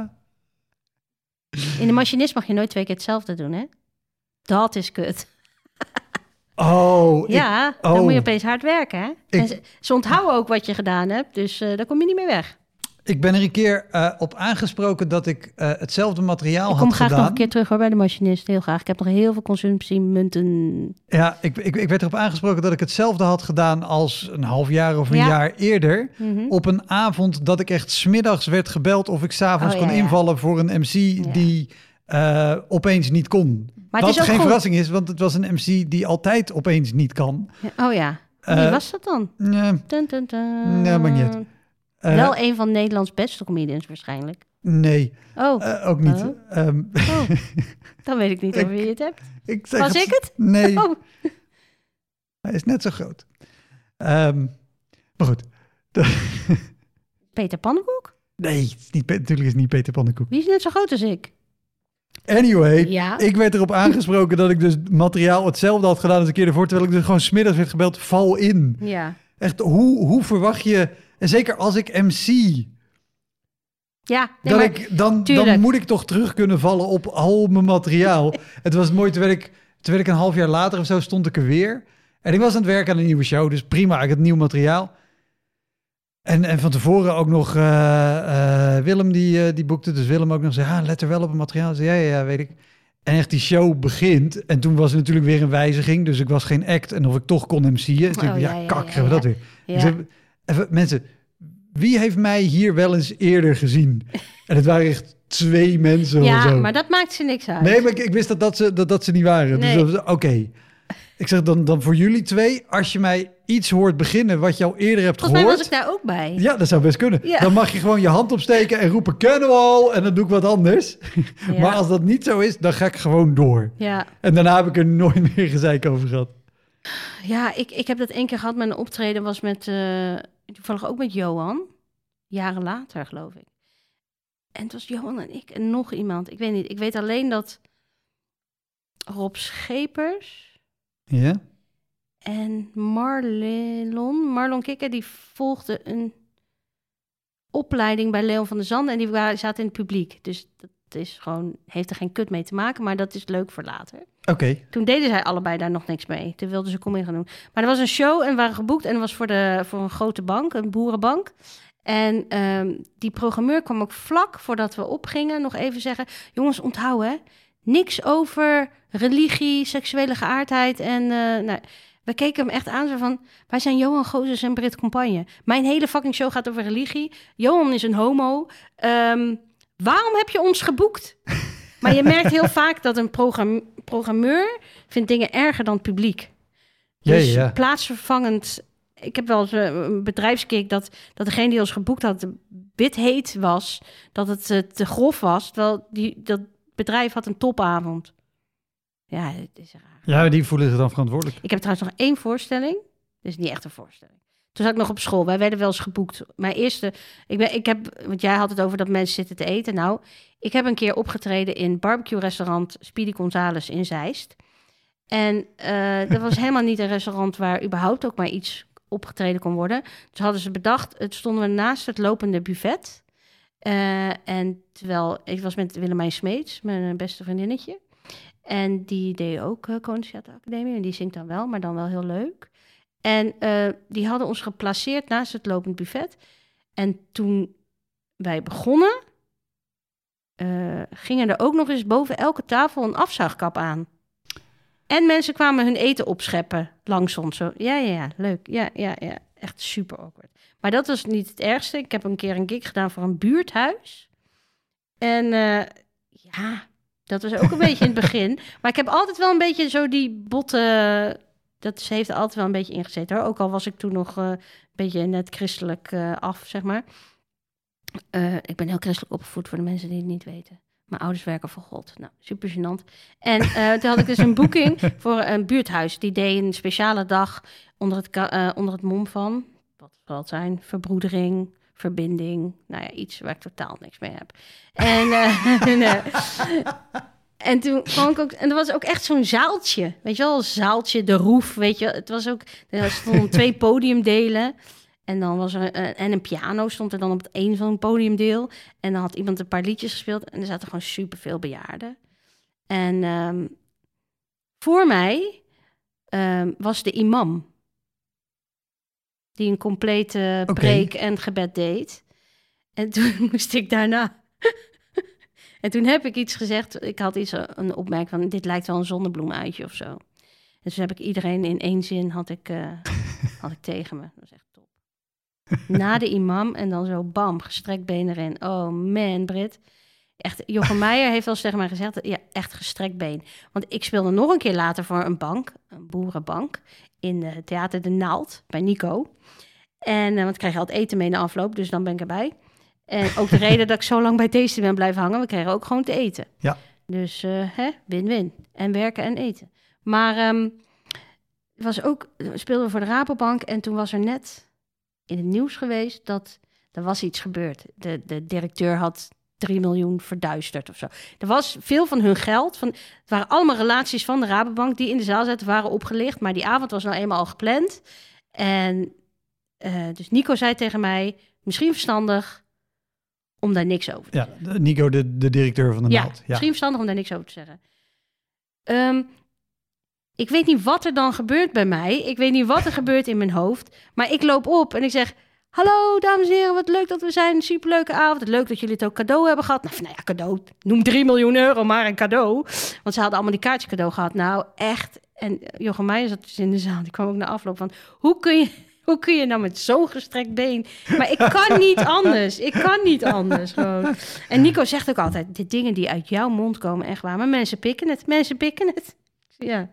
In de Machinist mag je nooit twee keer hetzelfde doen, hè? Dat is kut. Oh, ik- Ja, dan oh. moet je opeens hard werken, hè? Ik- En ze, ze onthouden ook wat je gedaan hebt, dus uh, daar kom je niet meer weg. Ik ben er een keer uh, op aangesproken dat ik uh, hetzelfde materiaal Ik kom had graag gedaan. nog een keer terug hoor, bij de Machinist. Heel graag. Ik heb nog heel veel consumptiemunten. Ja, ik, ik, ik werd erop aangesproken dat ik hetzelfde had gedaan als een half jaar of een Ja. jaar eerder. Mm-hmm. Op een avond dat ik echt 's middags werd gebeld of ik 's avonds Oh, kon ja, ja. invallen voor een M C die uh, opeens niet kon. Maar het Wat is ook geen goed. verrassing is, want het was een M C die altijd opeens niet kan. Oh ja. Wie Uh, was dat dan? Nee, Dun, dun, dun. nee, maakt niet uit. Uh, Wel een van Nederlands beste comedians waarschijnlijk. Nee, Oh, uh, ook niet. Oh. Um, oh. Dan weet ik niet Ik- over wie je het hebt. ik zeg Was ik het? Nee, Oh. hij is net zo groot. Um, maar goed. Peter Pannenkoek? Nee, het is niet, Pe- natuurlijk is het niet Peter Pannenkoek. Wie is net zo groot als ik? Anyway, Ja. ik werd erop aangesproken dat ik dus materiaal hetzelfde had gedaan als een keer ervoor, terwijl ik dus gewoon 's middags werd gebeld, val in. Ja. Echt, hoe, hoe verwacht je, en zeker als ik M C, Ja, nee, dat maar, ik, dan, tuurlijk. dan moet ik toch terug kunnen vallen op al mijn materiaal. Het was mooi, terwijl ik, terwijl ik een half jaar later of zo stond ik er weer. En ik was aan het werken aan een nieuwe show, dus prima, ik had nieuw materiaal. En, en van tevoren ook nog uh, uh, Willem, die, uh, die boekte. Dus Willem ook nog zei, ah, let er wel op het materiaal. Zei, ja, ja, ja, weet ik. En echt die show begint. En toen was er natuurlijk weer een wijziging. Dus ik was geen act. En of ik toch kon M C'en. Dus ik, Oh, ja, ja, ja, kak, ja, hebben we dat ja. weer. Ja. Ik zei, even, mensen, wie heeft mij hier wel eens eerder gezien? En het waren echt twee mensen of ja, zo. maar dat maakt ze niks uit. Nee, maar ik, ik wist dat, dat, ze, dat dat ze niet waren. Nee. Dus dat was- oké. Ik zeg dan, dan voor jullie twee, als je mij iets hoort beginnen wat je al eerder hebt Volgens gehoord... mij was ik daar ook bij. Ja, dat zou best kunnen. Ja. Dan mag je gewoon je hand opsteken en roepen... kennen we al, en dan doe ik wat anders. Ja. Maar als dat niet zo is, dan ga ik gewoon door. Ja, En daarna heb ik er nooit meer gezeik over gehad. ja ik, ik heb dat één keer gehad. Mijn optreden was met... Uh, toevallig ook met Johan. Jaren later, geloof ik. En het was Johan en ik en nog iemand. Ik weet niet. Ik weet alleen dat Rob Schepers... Ja? En Marlon, Marlon Kikker, die volgde een opleiding bij Leon van der Zanden. En die waren, zaten in het publiek. Dus dat is gewoon, heeft er geen kut mee te maken. Maar dat is leuk voor later. Oké. Okay. Toen deden zij allebei daar nog niks mee. Toen wilden ze kom in gaan doen. Maar er was een show en we waren geboekt. En dat was voor, de, voor een grote bank, een boerenbank. En um, die programmeur kwam ook vlak voordat we opgingen nog even zeggen... jongens, onthoud hè, niks over religie, seksuele geaardheid en... Uh, nou, we keken hem echt aan, zo van... wij zijn Johan Gozes en Brit Compagne. Mijn hele fucking show gaat over religie. Johan is een homo. Um, waarom heb je ons geboekt? Maar je merkt heel vaak dat een program- programmeur... vindt dingen erger dan het publiek. Dus ja, ja. plaatsvervangend... Ik heb wel eens een bedrijfskick dat, dat degene die ons geboekt had... bitheet was, dat het uh, te grof was. Terwijl die, dat bedrijf had een topavond. Ja, het is raar. Ja, die voelen zich dan verantwoordelijk. Ik heb trouwens nog één voorstelling. Dit is niet echt een voorstelling. Toen zat ik nog op school. Wij werden wel eens geboekt. Mijn eerste... Ik, ben, ik heb... Want jij had het over dat mensen zitten te eten. Nou, ik heb een keer opgetreden in barbecue-restaurant Speedy Gonzales in Zeist. En uh, dat was helemaal niet een restaurant waar überhaupt ook maar iets opgetreden kon worden. Dus hadden ze bedacht... Het stonden we naast het lopende buffet. Uh, en terwijl... Ik was met Willemijn Smeets, mijn beste vriendinnetje. En die deed ook uh, Koninklijke Theateracademie. En die zingt dan wel, maar dan wel heel leuk. En uh, die hadden ons geplaceerd naast het lopend buffet. En toen wij begonnen... Uh, gingen er ook nog eens boven elke tafel een afzuigkap aan. En mensen kwamen hun eten opscheppen langs ons. Zo, ja, ja, ja, leuk. Ja, ja, ja. Echt super awkward. Maar dat was niet het ergste. Ik heb een keer een gig gedaan voor een buurthuis. En uh, ja... Dat was ook een beetje in het begin. Maar ik heb altijd wel een beetje zo die botte... Dat ze heeft er altijd wel een beetje ingezeten, hoor. Ook al was ik toen nog uh, een beetje net christelijk uh, af, zeg maar. Uh, ik ben heel christelijk opgevoed voor de mensen die het niet weten. Mijn ouders werken voor God. Nou, super gênant. En uh, toen had ik dus een boeking voor een buurthuis. Die deed een speciale dag onder het, uh, onder het mom van... Wat zal het zijn? Verbroedering... verbinding, nou ja, iets waar ik totaal niks mee heb. En, uh, en, uh, en toen kwam ik ook... En er was ook echt zo'n zaaltje. Weet je wel, zaaltje, de roef, weet je. Het was ook... Er stonden twee podiumdelen. En dan was er... Uh, en een piano stond er dan op het een van een podiumdeel. En dan had iemand een paar liedjes gespeeld. En er zaten gewoon superveel bejaarden. En um, voor mij um, was de imam... die een complete preek okay. en gebed deed. En toen moest ik daarna... en toen heb ik iets gezegd. Ik had iets, een opmerking van... dit lijkt wel een zonnebloemuitje of zo. En dus heb ik iedereen in één zin had ik, uh, had ik tegen me. Dat was echt top. Na de imam en dan zo bam, gestrekt been erin. Oh man, Brit. Echt, Jochem Meijer heeft wel eens tegen mij gezegd... ja, echt gestrekt been. Want ik speelde nog een keer later voor een bank. Een boerenbank. In het Theater De Naald, bij Nico. En, uh, want ik kreeg altijd eten mee in de afloop, dus dan ben ik erbij. En ook de reden dat ik zo lang bij Tasty ben blijven hangen... we kregen ook gewoon te eten. Ja. Dus uh, hè, win-win. En werken en eten. Maar um, was ook, speelden we voor de Rabobank... en toen was er net in het nieuws geweest dat er was iets gebeurd. De, de directeur had drie miljoen verduisterd of zo. Er was veel van hun geld. Van, het waren allemaal relaties van de Rabobank... die in de zaal zaten, waren opgelicht. Maar die avond was nou eenmaal al gepland. En uh, dus Nico zei tegen mij... misschien verstandig om daar niks over te ja, zeggen. Nico, de, de directeur van de ja, Naald. Ja, misschien verstandig om daar niks over te zeggen. Um, ik weet niet wat er dan gebeurt bij mij. Ik weet niet wat er gebeurt in mijn hoofd. Maar ik loop op en ik zeg... hallo, dames en heren, wat leuk dat we zijn. Superleuke avond. Leuk dat jullie het ook cadeau hebben gehad. Nou, nou ja, cadeau. Noem drie miljoen euro maar een cadeau. Want ze hadden allemaal die kaartjes cadeau gehad. Nou, echt. En Jochem Meijer zat dus in de zaal. Die kwam ook na afloop van... Hoe kun je, hoe kun je nou met zo'n gestrekt been... Maar ik kan niet anders. Ik kan niet anders gewoon. En Nico zegt ook altijd... De dingen die uit jouw mond komen, echt waar. Maar mensen pikken het. Mensen pikken het. Ja,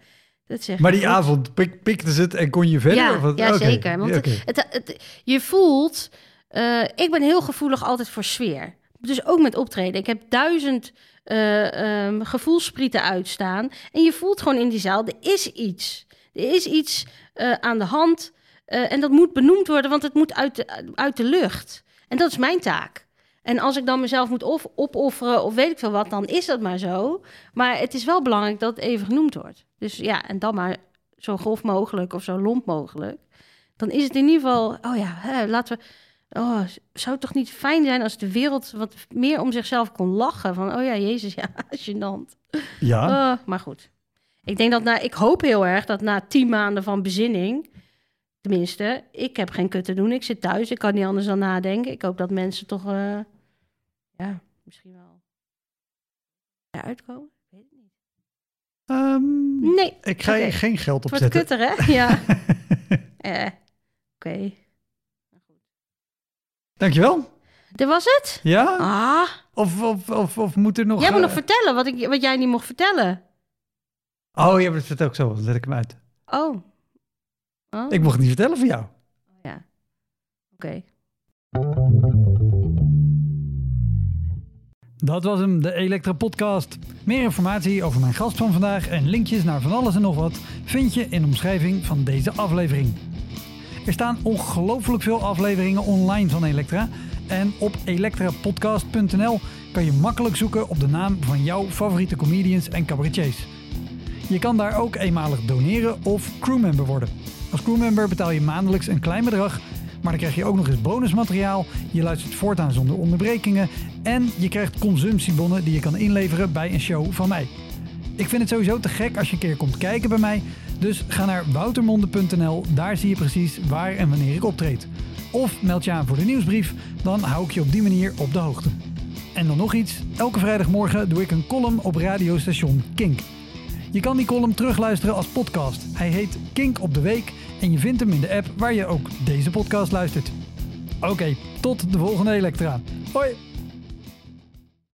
Dat zeg Maar je die goed. avond pik, pikte ze het en kon je verder? Ja, of wat? ja Oké. zeker. Want Ja, oké. het, het, het- je voelt... eh, ik ben heel gevoelig altijd voor sfeer. Dus ook met optreden. Ik heb duizend uh, um, gevoelssprieten uitstaan. En je voelt gewoon in die zaal, er is iets. Er is iets uh, aan de hand. Uh, en dat moet benoemd worden, want het moet uit de, uit de lucht. En dat is mijn taak. En als ik dan mezelf moet of, opofferen of weet ik veel wat, dan is dat maar zo. Maar het is wel belangrijk dat het even genoemd wordt. Dus ja, en dan maar zo grof mogelijk of zo lomp mogelijk. Dan is het in ieder geval, oh ja, hè, laten we... Oh, zou het toch niet fijn zijn als de wereld wat meer om zichzelf kon lachen? Van, oh ja, Jezus, ja, gênant. Ja. Uh, maar goed. Ik denk dat na, ik hoop heel erg dat na tien maanden van bezinning, tenminste, ik heb geen kut te doen. Ik zit thuis, ik kan niet anders dan nadenken. Ik hoop dat mensen toch, uh, ja, misschien wel eruit komen. Ik weet het niet. Um, nee. Ik ga okay. je geen geld Het opzetten. wordt kutter, hè? Ja. eh, Oké. Okay. Dankjewel. Dit was het? Ja? Ah. Of, of, of, of moet er nog... Jij moet uh... nog vertellen wat, ik, wat jij niet mocht vertellen. Oh, ja, maar dat vertel ik zo. Dan zet ik hem uit. Oh. oh. Ik mocht het niet vertellen van jou. Ja. Oké. Okay. Dat was hem, de Elektra Podcast. Meer informatie over mijn gast van vandaag en linkjes naar van alles en nog wat vind je in de omschrijving van deze aflevering. Er staan ongelooflijk veel afleveringen online van Elektra. En op elektra podcast punt n l kan je makkelijk zoeken op de naam van jouw favoriete comedians en cabaretiers. Je kan daar ook eenmalig doneren of crewmember worden. Als crewmember betaal je maandelijks een klein bedrag, maar dan krijg je ook nog eens bonusmateriaal. Je luistert voortaan zonder onderbrekingen en je krijgt consumptiebonnen die je kan inleveren bij een show van mij. Ik vind het sowieso te gek als je een keer komt kijken bij mij. Dus ga naar woutermonde punt n l, daar zie je precies waar en wanneer ik optreed. Of meld je aan voor de nieuwsbrief, dan hou ik je op die manier op de hoogte. En dan nog iets, elke vrijdagmorgen doe ik een column op radiostation Kink. Je kan die column terugluisteren als podcast. Hij heet Kink op de Week en je vindt hem in de app waar je ook deze podcast luistert. Oké, okay, tot de volgende Elektra. Hoi!